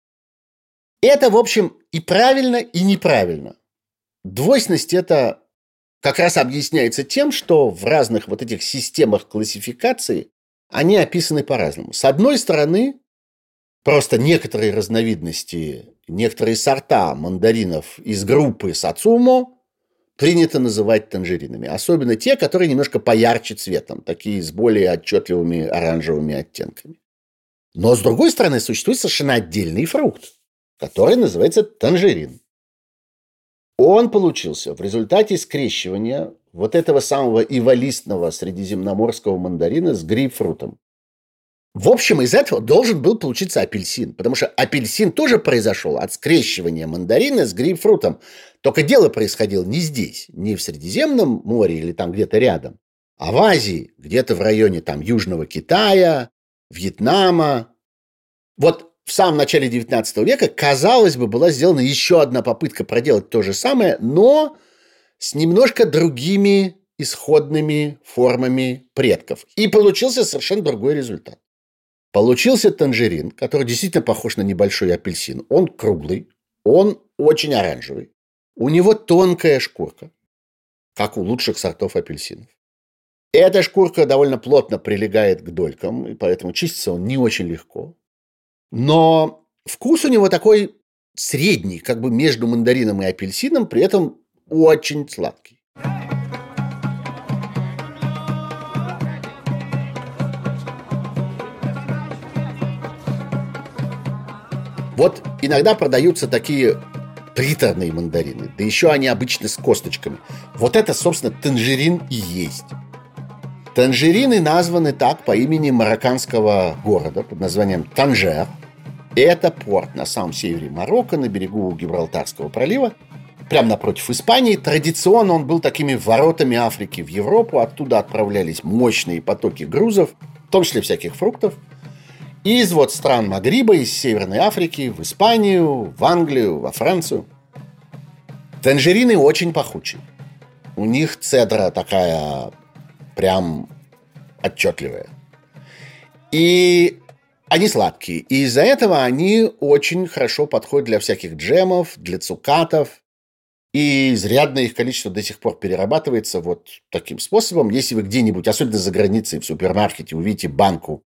Это, в общем, и правильно, и неправильно. Двойственность это как раз объясняется тем, что в разных этих системах классификации они описаны по-разному. С одной стороны, просто некоторые разновидности, некоторые сорта мандаринов из группы сацумо принято называть танжеринами. Особенно те, которые немножко поярче цветом, такие с более отчетливыми оранжевыми оттенками. Но, с другой стороны, существует совершенно отдельный фрукт, который называется танжерин. Он получился в результате скрещивания этого самого иволистного средиземноморского мандарина с грейпфрутом. В общем, из этого должен был получиться апельсин, потому что апельсин тоже произошел от скрещивания мандарина с грейпфрутом. Только дело происходило не здесь, не в Средиземном море или там где-то рядом, а в Азии, где-то в районе Южного Китая, Вьетнама. В самом начале XIX века, казалось бы, была сделана еще одна попытка проделать то же самое, но с немножко другими исходными формами предков. И получился совершенно другой результат. Получился танжерин, который действительно похож на небольшой апельсин. Он круглый, он очень оранжевый. У него тонкая шкурка, как у лучших сортов апельсинов. Эта шкурка довольно плотно прилегает к долькам, и поэтому чистится он не очень легко. Но вкус у него такой средний, между мандарином и апельсином, при этом очень сладкий. Иногда продаются такие приторные мандарины, да еще они обычно с косточками. Это, собственно, танжерин и есть. Танжерины названы так по имени марокканского города под названием Танжер. Это порт на самом севере Марокко, на берегу Гибралтарского пролива, прямо напротив Испании. Традиционно он был такими воротами Африки в Европу. Оттуда отправлялись мощные потоки грузов, в том числе всяких фруктов, из стран Магриба, из Северной Африки, в Испанию, в Англию, во Францию. Танжерины очень пахучие. У них цедра такая прям отчетливая. И они сладкие. И из-за этого они очень хорошо подходят для всяких джемов, для цукатов. И изрядное их количество до сих пор перерабатывается таким способом. Если вы где-нибудь, особенно за границей, в супермаркете увидите банку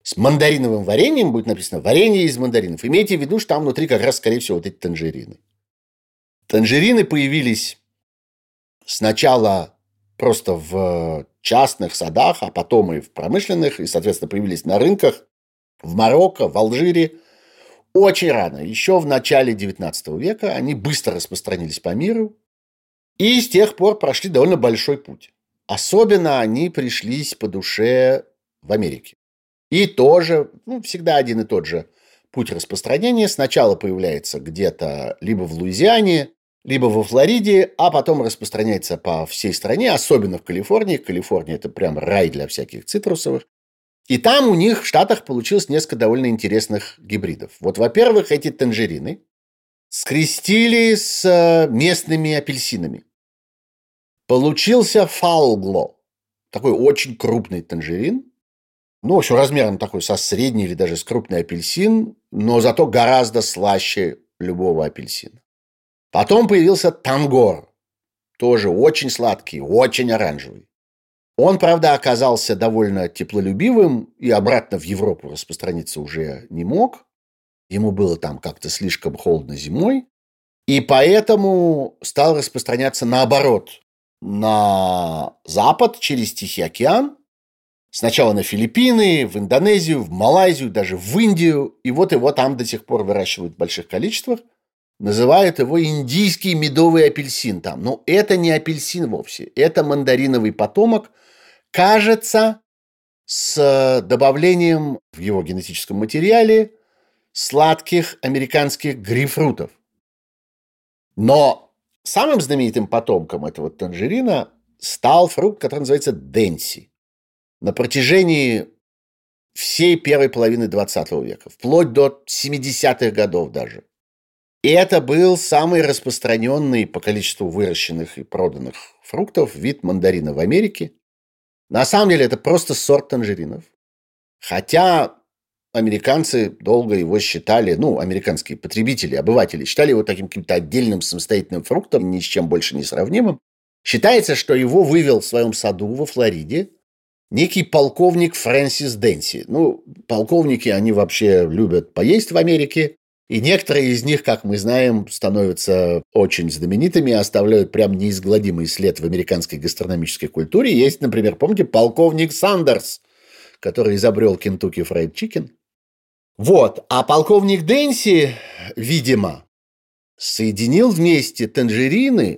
с мандариновым вареньем, будет написано «варенье из мандаринов». Имейте в виду, что там внутри как раз, скорее всего, вот эти танжерины. Танжерины появились сначала просто в частных садах, а потом и в промышленных, и, соответственно, появились на рынках в Марокко, в Алжире. Очень рано, еще в начале XIX века, они быстро распространились по миру и с тех пор прошли довольно большой путь. Особенно они пришлись по душе в Америке. И тоже, всегда один и тот же путь распространения. Сначала появляется где-то либо в Луизиане, либо во Флориде, а потом распространяется по всей стране, особенно в Калифорнии. Калифорния – это прям рай для всяких цитрусовых. И там у них в Штатах получилось несколько довольно интересных гибридов. Вот, во-первых, эти танжерины скрестили с местными апельсинами. Получился фалгло, такой очень крупный танжерин. В общем, размером такой со средний или даже с крупный апельсин, но зато гораздо слаще любого апельсина. Потом появился тангор, тоже очень сладкий, очень оранжевый. Он, правда, оказался довольно теплолюбивым и обратно в Европу распространиться уже не мог. Ему было там как-то слишком холодно зимой. И поэтому стал распространяться наоборот, на запад через Тихий океан. Сначала на Филиппины, в Индонезию, в Малайзию, даже в Индию. И вот его там до сих пор выращивают в больших количествах. Называют его индийский медовый апельсин там. Но это не апельсин вовсе. Это мандариновый потомок. Кажется, с добавлением в его генетическом материале сладких американских грейпфрутов. Но самым знаменитым потомком этого танжерина стал фрукт, который называется денси. На протяжении всей первой половины 20 века, вплоть до 70-х годов даже. И это был самый распространенный по количеству выращенных и проданных фруктов вид мандарина в Америке. На самом деле это просто сорт танжеринов. Хотя американцы долго его считали, американские потребители, обыватели, считали его таким каким-то отдельным самостоятельным фруктом, ни с чем больше не сравнимым. Считается, что его вывел в своем саду во Флориде некий полковник Фрэнсис Денси. Полковники, они вообще любят поесть в Америке. И некоторые из них, как мы знаем, становятся очень знаменитыми, оставляют прям неизгладимый след в американской гастрономической культуре. Есть, например, помните, полковник Сандерс, который изобрел Kentucky Fried Chicken. А полковник Денси, видимо, соединил вместе танжерины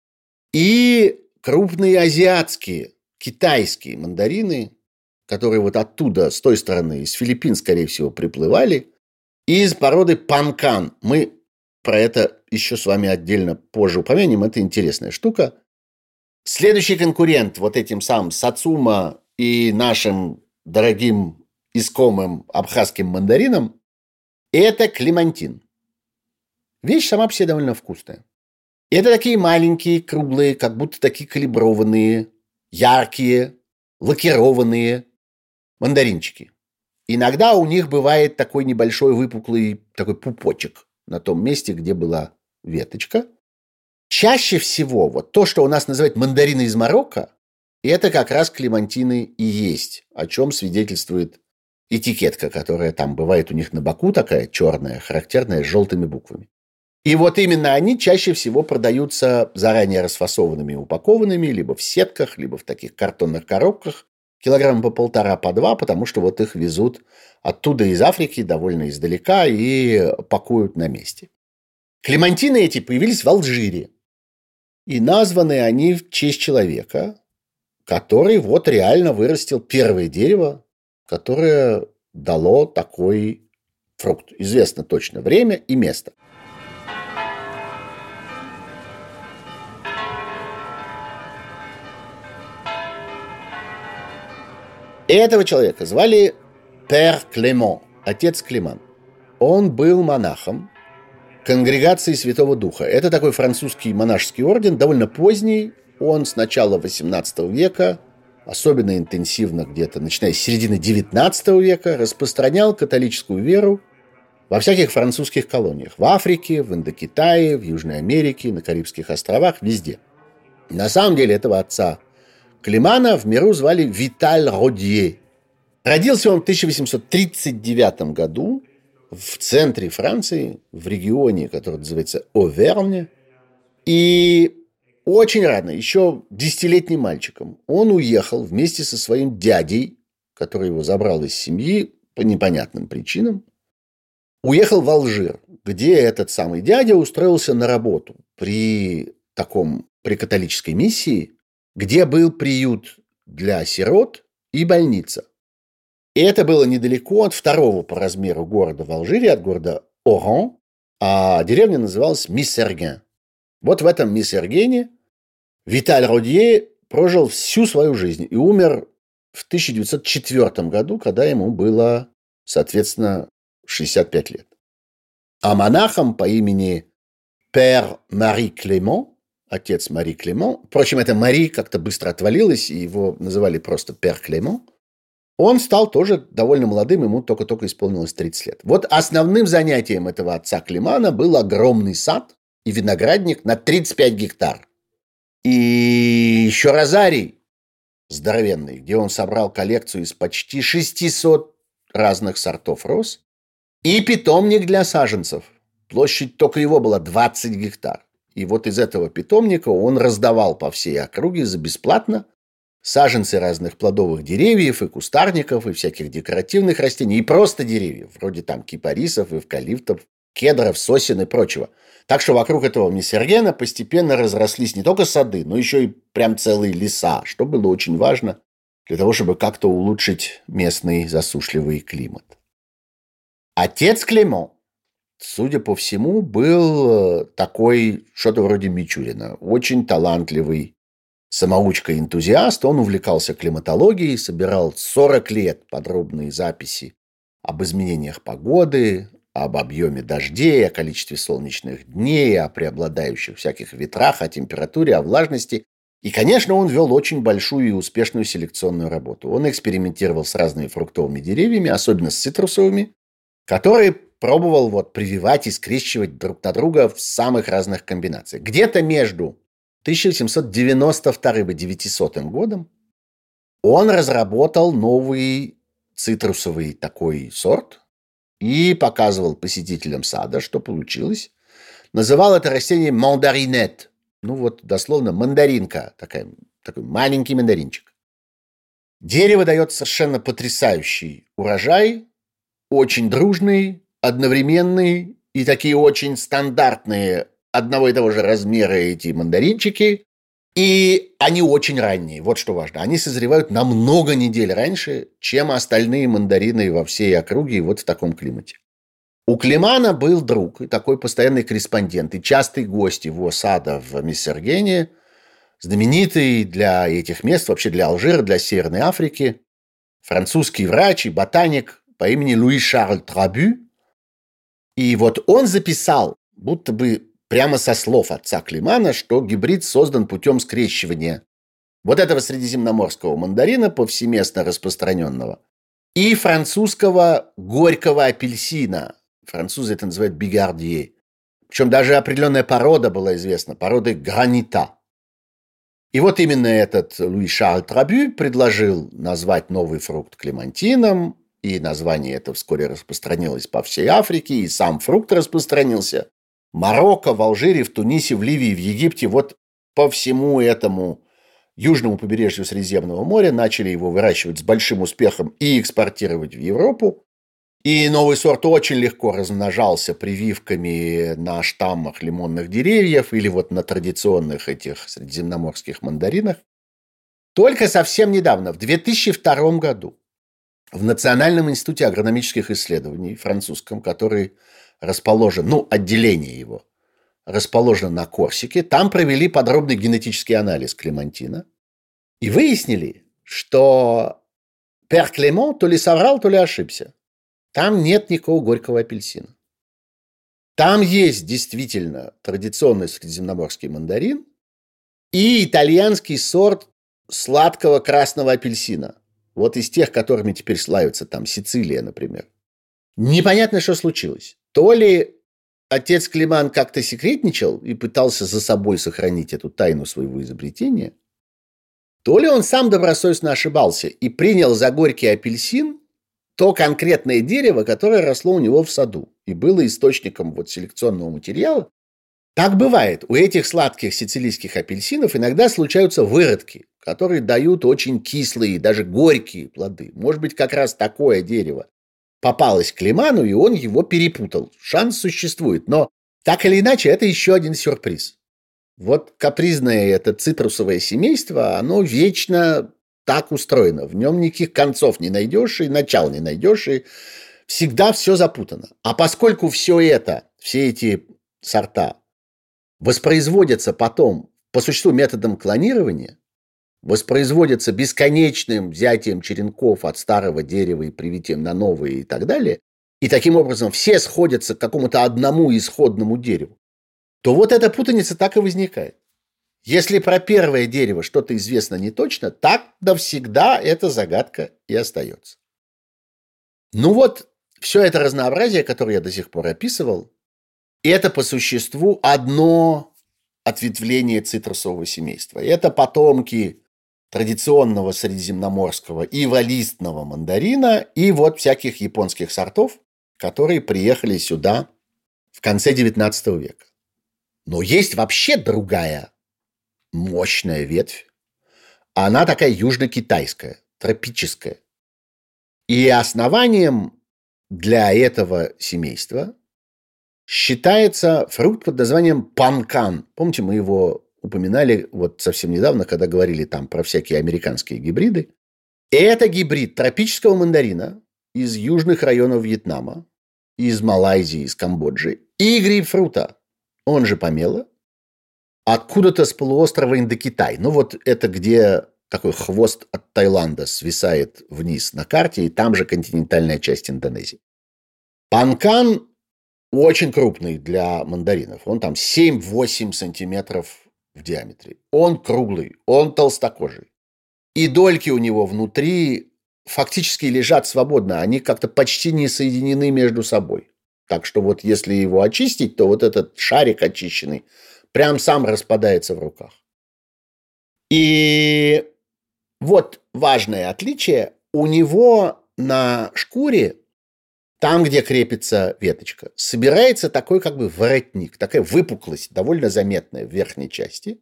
и крупные азиатские, китайские мандарины, которые оттуда, с той стороны, из Филиппин, скорее всего, приплывали, из породы панкан. Мы про это еще с вами отдельно позже упомянем. Это интересная штука. Следующий конкурент этим самым сацума и нашим дорогим искомым абхазским мандаринам – это клемантин. Вещь сама по себе довольно вкусная. Это такие маленькие, круглые, как будто такие калиброванные, яркие, лакированные мандаринчики. Иногда у них бывает такой небольшой выпуклый такой пупочек на том месте, где была веточка. Чаще всего то, что у нас называют мандарины из Марокко, это как раз клемантины и есть, о чем свидетельствует этикетка, которая там бывает у них на боку такая черная, характерная, с желтыми буквами. И именно они чаще всего продаются заранее расфасованными и упакованными, либо в сетках, либо в таких картонных коробках, килограмма по 1,5, по 2, потому что их везут оттуда из Африки, довольно издалека, и пакуют на месте. Клемантины эти появились в Алжире. И названы они в честь человека, который реально вырастил первое дерево, которое дало такой фрукт. Известно точно время и место. Этого человека звали Пер Клемон, отец Клеман. Он был монахом конгрегации Святого Духа. Это такой французский монашеский орден, довольно поздний. Он с начала XVIII века, особенно интенсивно где-то начиная с середины XIX века, распространял католическую веру во всяких французских колониях. В Африке, в Индокитае, в Южной Америке, на Карибских островах, везде. На самом деле этого отца Клемана в миру звали Виталь Родье. Родился он в 1839 году в центре Франции, в регионе, который называется Овернь. И очень рано, еще 10-летним мальчиком, он уехал вместе со своим дядей, который его забрал из семьи по непонятным причинам. Уехал в Алжир, где этот самый дядя устроился на работу при католической миссии, где был приют для сирот и больница. И это было недалеко от второго по размеру города в Алжире, от города Оран, а деревня называлась Миссерген. Вот в этом Миссергене Виталь Родье прожил всю свою жизнь и умер в 1904 году, когда ему было, соответственно, 65 лет. А монахом по имени Пère Мари Клемон, отец Мари Клемон, впрочем, это Мари как-то быстро отвалилось, и его называли просто Пère Клемон, он стал тоже довольно молодым, ему только-только исполнилось 30 лет. Вот основным занятием этого отца Клемана был огромный сад и виноградник на 35 гектар. И еще розарий здоровенный, где он собрал коллекцию из почти 600 разных сортов роз. И питомник для саженцев. Площадь только его была 20 гектар. И вот из этого питомника он раздавал по всей округе за бесплатно саженцы разных плодовых деревьев и кустарников, и всяких декоративных растений, и просто деревьев, вроде там кипарисов, эвкалиптов, кедров, сосен и прочего. Так что вокруг этого Миссергена постепенно разрослись не только сады, но еще и прям целые леса, что было очень важно для того, чтобы как-то улучшить местный засушливый климат. Отец Клемон, судя по всему, был такой, что-то вроде Мичурина, очень талантливый самоучка-энтузиаст. Он увлекался климатологией, собирал 40 лет подробные записи об изменениях погоды, об объеме дождей, о количестве солнечных дней, о преобладающих всяких ветрах, о температуре, о влажности. И, конечно, он вел очень большую и успешную селекционную работу. Он экспериментировал с разными фруктовыми деревьями, особенно с цитрусовыми, которые пробовал прививать и скрещивать друг на друга в самых разных комбинациях. Где-то между 1792 и 900 годом он разработал новый цитрусовый такой сорт и показывал посетителям сада, что получилось. Называл это растение мандаринет. Дословно мандаринка, такой маленький мандаринчик. Дерево дает совершенно потрясающий урожай, очень дружный, одновременный и такие очень стандартные одного и того же размера эти мандаринчики. И они очень ранние, вот что важно. Они созревают на много недель раньше, чем остальные мандарины во всей округе вот в таком климате. У Клемана был друг, и такой постоянный корреспондент, и частый гость его сада в Миссергене, знаменитый для этих мест, вообще для Алжира, для Северной Африки, французский врач и ботаник по имени Луи Шарль Трабю. И вот он записал, будто бы прямо со слов отца Клемана, что гибрид создан путем скрещивания вот этого средиземноморского мандарина, повсеместно распространенного, и французского горького апельсина. Французы это называют бигардье. Причем даже определенная порода была известна, порода гранита. И вот именно этот Луи Шарль Трабю предложил назвать новый фрукт клемантином, и название это вскоре распространилось по всей Африке, и сам фрукт распространился. Марокко, в Алжире, в Тунисе, в Ливии, в Египте, вот по всему этому южному побережью Средиземного моря начали его выращивать с большим успехом и экспортировать в Европу. И новый сорт очень легко размножался прививками на штаммах лимонных деревьев или вот на традиционных этих средиземноморских мандаринах. Только совсем недавно, в 2002 году, в Национальном институте агрономических исследований французском, который расположен, отделение его, расположено на Корсике, там провели подробный генетический анализ клемантина и выяснили, что Пère Клемон то ли соврал, то ли ошибся. Там нет никакого горького апельсина. Там есть действительно традиционный средиземноморский мандарин и итальянский сорт сладкого красного апельсина. Вот из тех, которыми теперь славится там Сицилия, например. Непонятно, что случилось. То ли отец Клеман как-то секретничал и пытался за собой сохранить эту тайну своего изобретения, то ли он сам добросовестно ошибался и принял за горький апельсин то конкретное дерево, которое росло у него в саду и было источником вот селекционного материала. Так бывает. У этих сладких сицилийских апельсинов иногда случаются выродки, которые дают очень кислые, даже горькие плоды. Может быть, как раз такое дерево попалось Климану, и он его перепутал. Шанс существует, но так или иначе, это еще один сюрприз. Вот капризное это цитрусовое семейство, оно вечно так устроено. В нем никаких концов не найдешь, и начал не найдешь, и всегда все запутано. А поскольку все эти сорта воспроизводятся потом по существу методом клонирования, воспроизводятся бесконечным взятием черенков от старого дерева и привитием на новые и так далее, и таким образом все сходятся к какому-то одному исходному дереву, то вот эта путаница так и возникает. Если про первое дерево что-то известно не точно, так навсегда эта загадка и остается. Ну вот, все это разнообразие, которое я до сих пор описывал, это по существу одно ответвление цитрусового семейства. Это потомки традиционного средиземноморского иволистного мандарина и вот всяких японских сортов, которые приехали сюда в конце XIX века. Но есть вообще другая мощная ветвь. Она такая южно-китайская, тропическая. И основанием для этого семейства считается фрукт под названием панкан. Помните, мы его упоминали вот совсем недавно, когда говорили там про всякие американские гибриды. Это гибрид тропического мандарина из южных районов Вьетнама, из Малайзии, из Камбоджи, и грейпфрута, он же помело, откуда-то с полуострова Индокитай. Ну вот это где такой хвост от Таиланда свисает вниз на карте, и там же континентальная часть Индонезии. Панкан очень крупный для мандаринов. Он там 7-8 сантиметров в диаметре. Он круглый, он толстокожий. И дольки у него внутри фактически лежат свободно. Они как-то почти не соединены между собой. Так что вот если его очистить, то вот этот шарик очищенный прям сам распадается в руках. И вот важное отличие. У него на шкуре, там, где крепится веточка, собирается такой как бы воротник, такая выпуклость, довольно заметная в верхней части.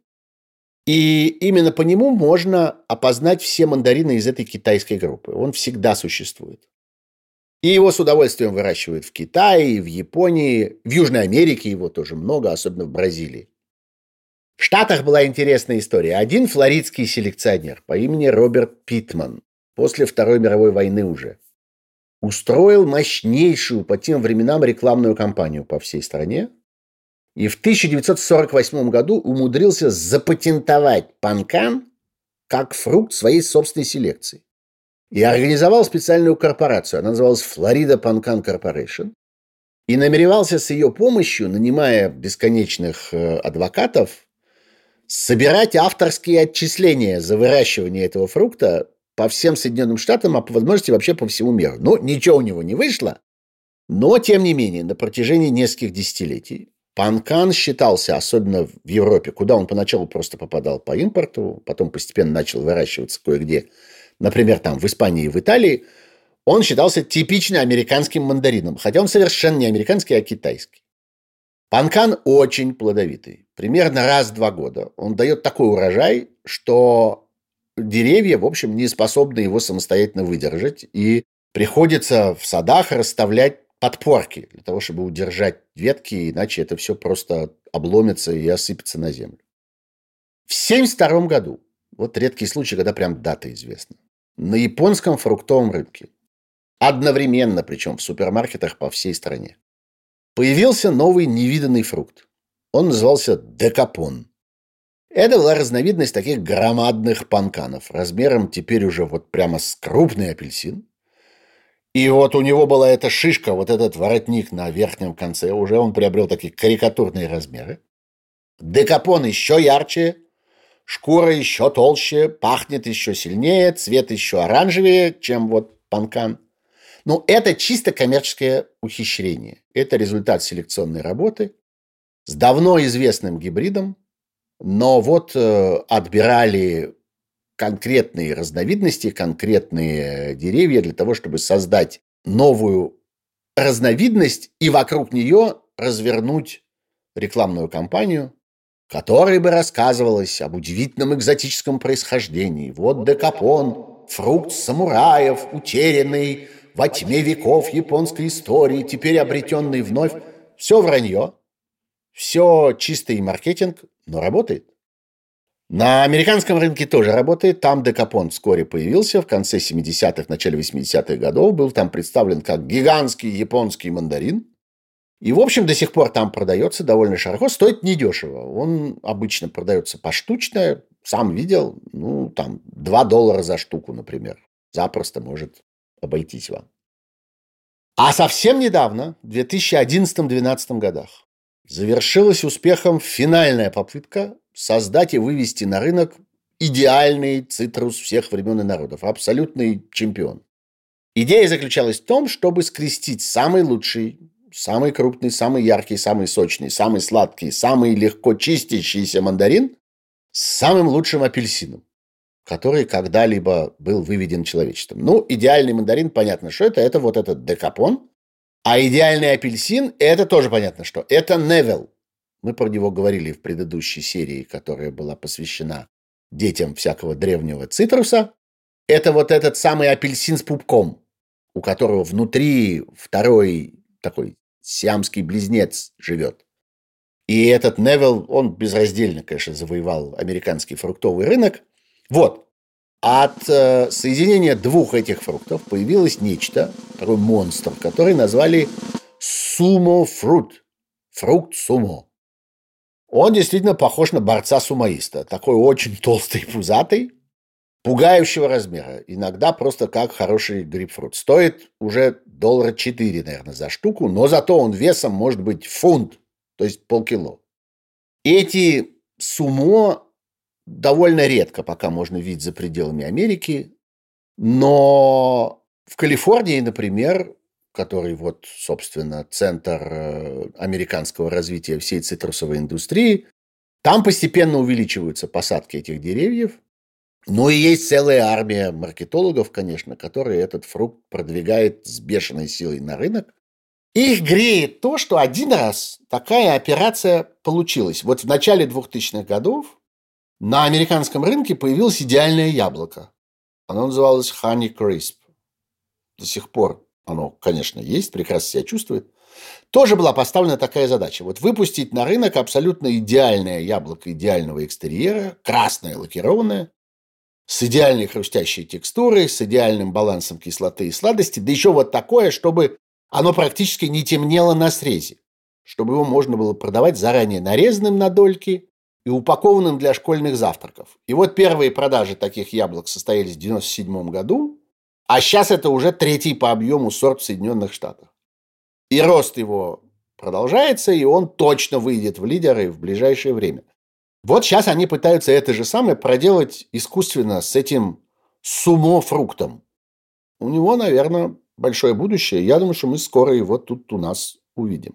И именно по нему можно опознать все мандарины из этой китайской группы. Он всегда существует. И его с удовольствием выращивают в Китае, в Японии, в Южной Америке его тоже много, особенно в Бразилии. В Штатах была интересная история. Один флоридский селекционер по имени Роберт Питман после Второй мировой войны уже устроил мощнейшую по тем временам рекламную кампанию по всей стране и в 1948 году умудрился запатентовать панкан как фрукт своей собственной селекции. И организовал специальную корпорацию. Она называлась Florida Pancan Corporation. И намеревался с ее помощью, нанимая бесконечных адвокатов, собирать авторские отчисления за выращивание этого фрукта по всем Соединенным Штатам, а по возможности вообще по всему миру. Ну, ничего у него не вышло, но, тем не менее, на протяжении нескольких десятилетий панкан считался, особенно в Европе, куда он поначалу просто попадал по импорту, потом постепенно начал выращиваться кое-где, например, там в Испании и в Италии, он считался типично американским мандарином, хотя он совершенно не американский, а китайский. Панкан очень плодовитый. Примерно раз в 2 года. Он дает такой урожай, что деревья, в общем, не способны его самостоятельно выдержать. И приходится в садах расставлять подпорки для того, чтобы удержать ветки, иначе это все просто обломится и осыпется на землю. В 1972 году, вот редкий случай, когда прям дата известна, на японском фруктовом рынке, одновременно, причем в супермаркетах по всей стране, появился новый невиданный фрукт. Он назывался декапон. Это была разновидность таких громадных панканов, размером теперь уже вот прямо с крупный апельсин. И вот у него была эта шишка, вот этот воротник на верхнем конце, уже он приобрел такие карикатурные размеры. Декапон еще ярче, шкура еще толще, пахнет еще сильнее, цвет еще оранжевее, чем вот панкан. Ну, это чисто коммерческое ухищрение. Это результат селекционной работы с давно известным гибридом, но вот отбирали конкретные разновидности, конкретные деревья для того, чтобы создать новую разновидность и вокруг нее развернуть рекламную кампанию, в которой бы рассказывалось об удивительном экзотическом происхождении. Вот декапон, фрукт самураев, утерянный во тьме веков японской истории, теперь обретенный вновь. Все вранье, все чистый маркетинг, но работает. На американском рынке тоже работает. Там декапон вскоре появился в конце 70-х, начале 80-х годов. Был там представлен как гигантский японский мандарин. И, в общем, до сих пор там продается довольно широко. Стоит недешево. Он обычно продается поштучно. Сам видел, там $2 за штуку, например. Запросто может обойтись вам. А совсем недавно, в 2011-2012 годах, завершилась успехом финальная попытка создать и вывести на рынок идеальный цитрус всех времен и народов. Абсолютный чемпион. Идея заключалась в том, чтобы скрестить самый лучший, самый крупный, самый яркий, самый сочный, самый сладкий, самый легко чистящийся мандарин с самым лучшим апельсином, который когда-либо был выведен человечеством. Идеальный мандарин, понятно, что это вот этот декапон, а идеальный апельсин, это тоже понятно, что это Невилл. Мы про него говорили в предыдущей серии, которая была посвящена детям всякого древнего цитруса. Это вот этот самый апельсин с пупком, у которого внутри второй такой сиамский близнец живет. И этот Невилл, он безраздельно, конечно, завоевал американский фруктовый рынок. Вот. От соединения двух этих фруктов появилось нечто, такой монстр, который назвали сумо-фрукт. Фрукт сумо. Он действительно похож на борца-сумоиста. Такой очень толстый, пузатый, пугающего размера. Иногда просто как хороший грейпфрут. Стоит уже $4, наверное, за штуку, но зато он весом может быть фунт, то есть полкило. Эти сумо довольно редко пока можно видеть за пределами Америки, но в Калифорнии, например, который вот, собственно, центр американского развития всей цитрусовой индустрии, там постепенно увеличиваются посадки этих деревьев. Ну и есть целая армия маркетологов, конечно, которые этот фрукт продвигает с бешеной силой на рынок. Их греет то, что один раз такая операция получилась. Вот в начале 2000-х годов на американском рынке появилось идеальное яблоко. Оно называлось Honey Crisp. До сих пор оно, конечно, есть, прекрасно себя чувствует. Тоже была поставлена такая задача. Вот выпустить на рынок абсолютно идеальное яблоко идеального экстерьера, красное, лакированное, с идеальной хрустящей текстурой, с идеальным балансом кислоты и сладости, да еще вот такое, чтобы оно практически не темнело на срезе, чтобы его можно было продавать заранее нарезанным на дольки и упакованным для школьных завтраков. И вот первые продажи таких яблок состоялись в 1997 году, а сейчас это уже третий по объему сорт в Соединенных Штатах. И рост его продолжается, и он точно выйдет в лидеры в ближайшее время. Вот сейчас они пытаются это же самое проделать искусственно с этим сумо-фруктом. У него, наверное, большое будущее. Я думаю, что мы скоро его тут у нас увидим.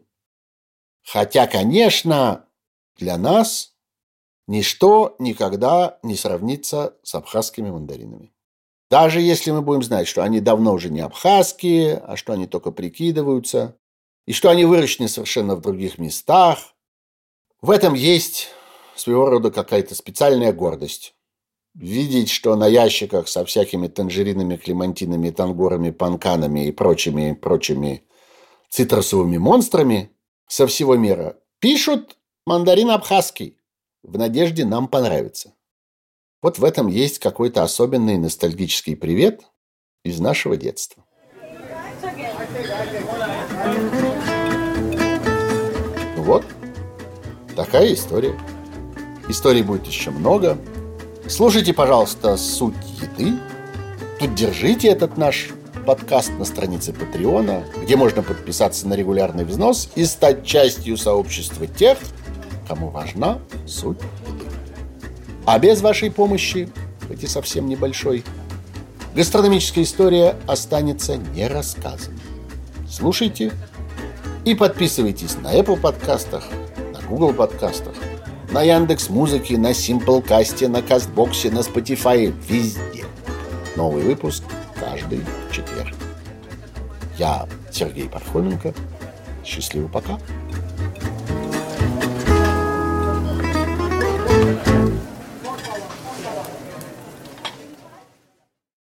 Хотя, конечно, для нас ничто никогда не сравнится с абхазскими мандаринами. Даже если мы будем знать, что они давно уже не абхазские, а что они только прикидываются, и что они выращены совершенно в других местах, в этом есть своего рода какая-то специальная гордость. Видеть, что на ящиках со всякими танжеринами, клемантинами, тангорами, панканами и прочими цитрусовыми монстрами со всего мира пишут мандарин абхазский в надежде нам понравится. Вот в этом есть какой-то особенный ностальгический привет из нашего детства. Вот такая история. Историй будет еще много. Слушайте, пожалуйста, «Суть еды». Поддержите этот наш подкаст на странице Патреона, где можно подписаться на регулярный взнос и стать частью сообщества тех, кому важна суть еды. А без вашей помощи, хоть и совсем небольшой, гастрономическая история останется нерассказанной. Слушайте и подписывайтесь на Apple подкастах, на Google подкастах, на Яндекс.Музыке, на Симплкасте, на Кастбоксе, на Spotify, везде. Новый выпуск каждый четверг. Я Сергей Пархоменко. Счастливо, пока.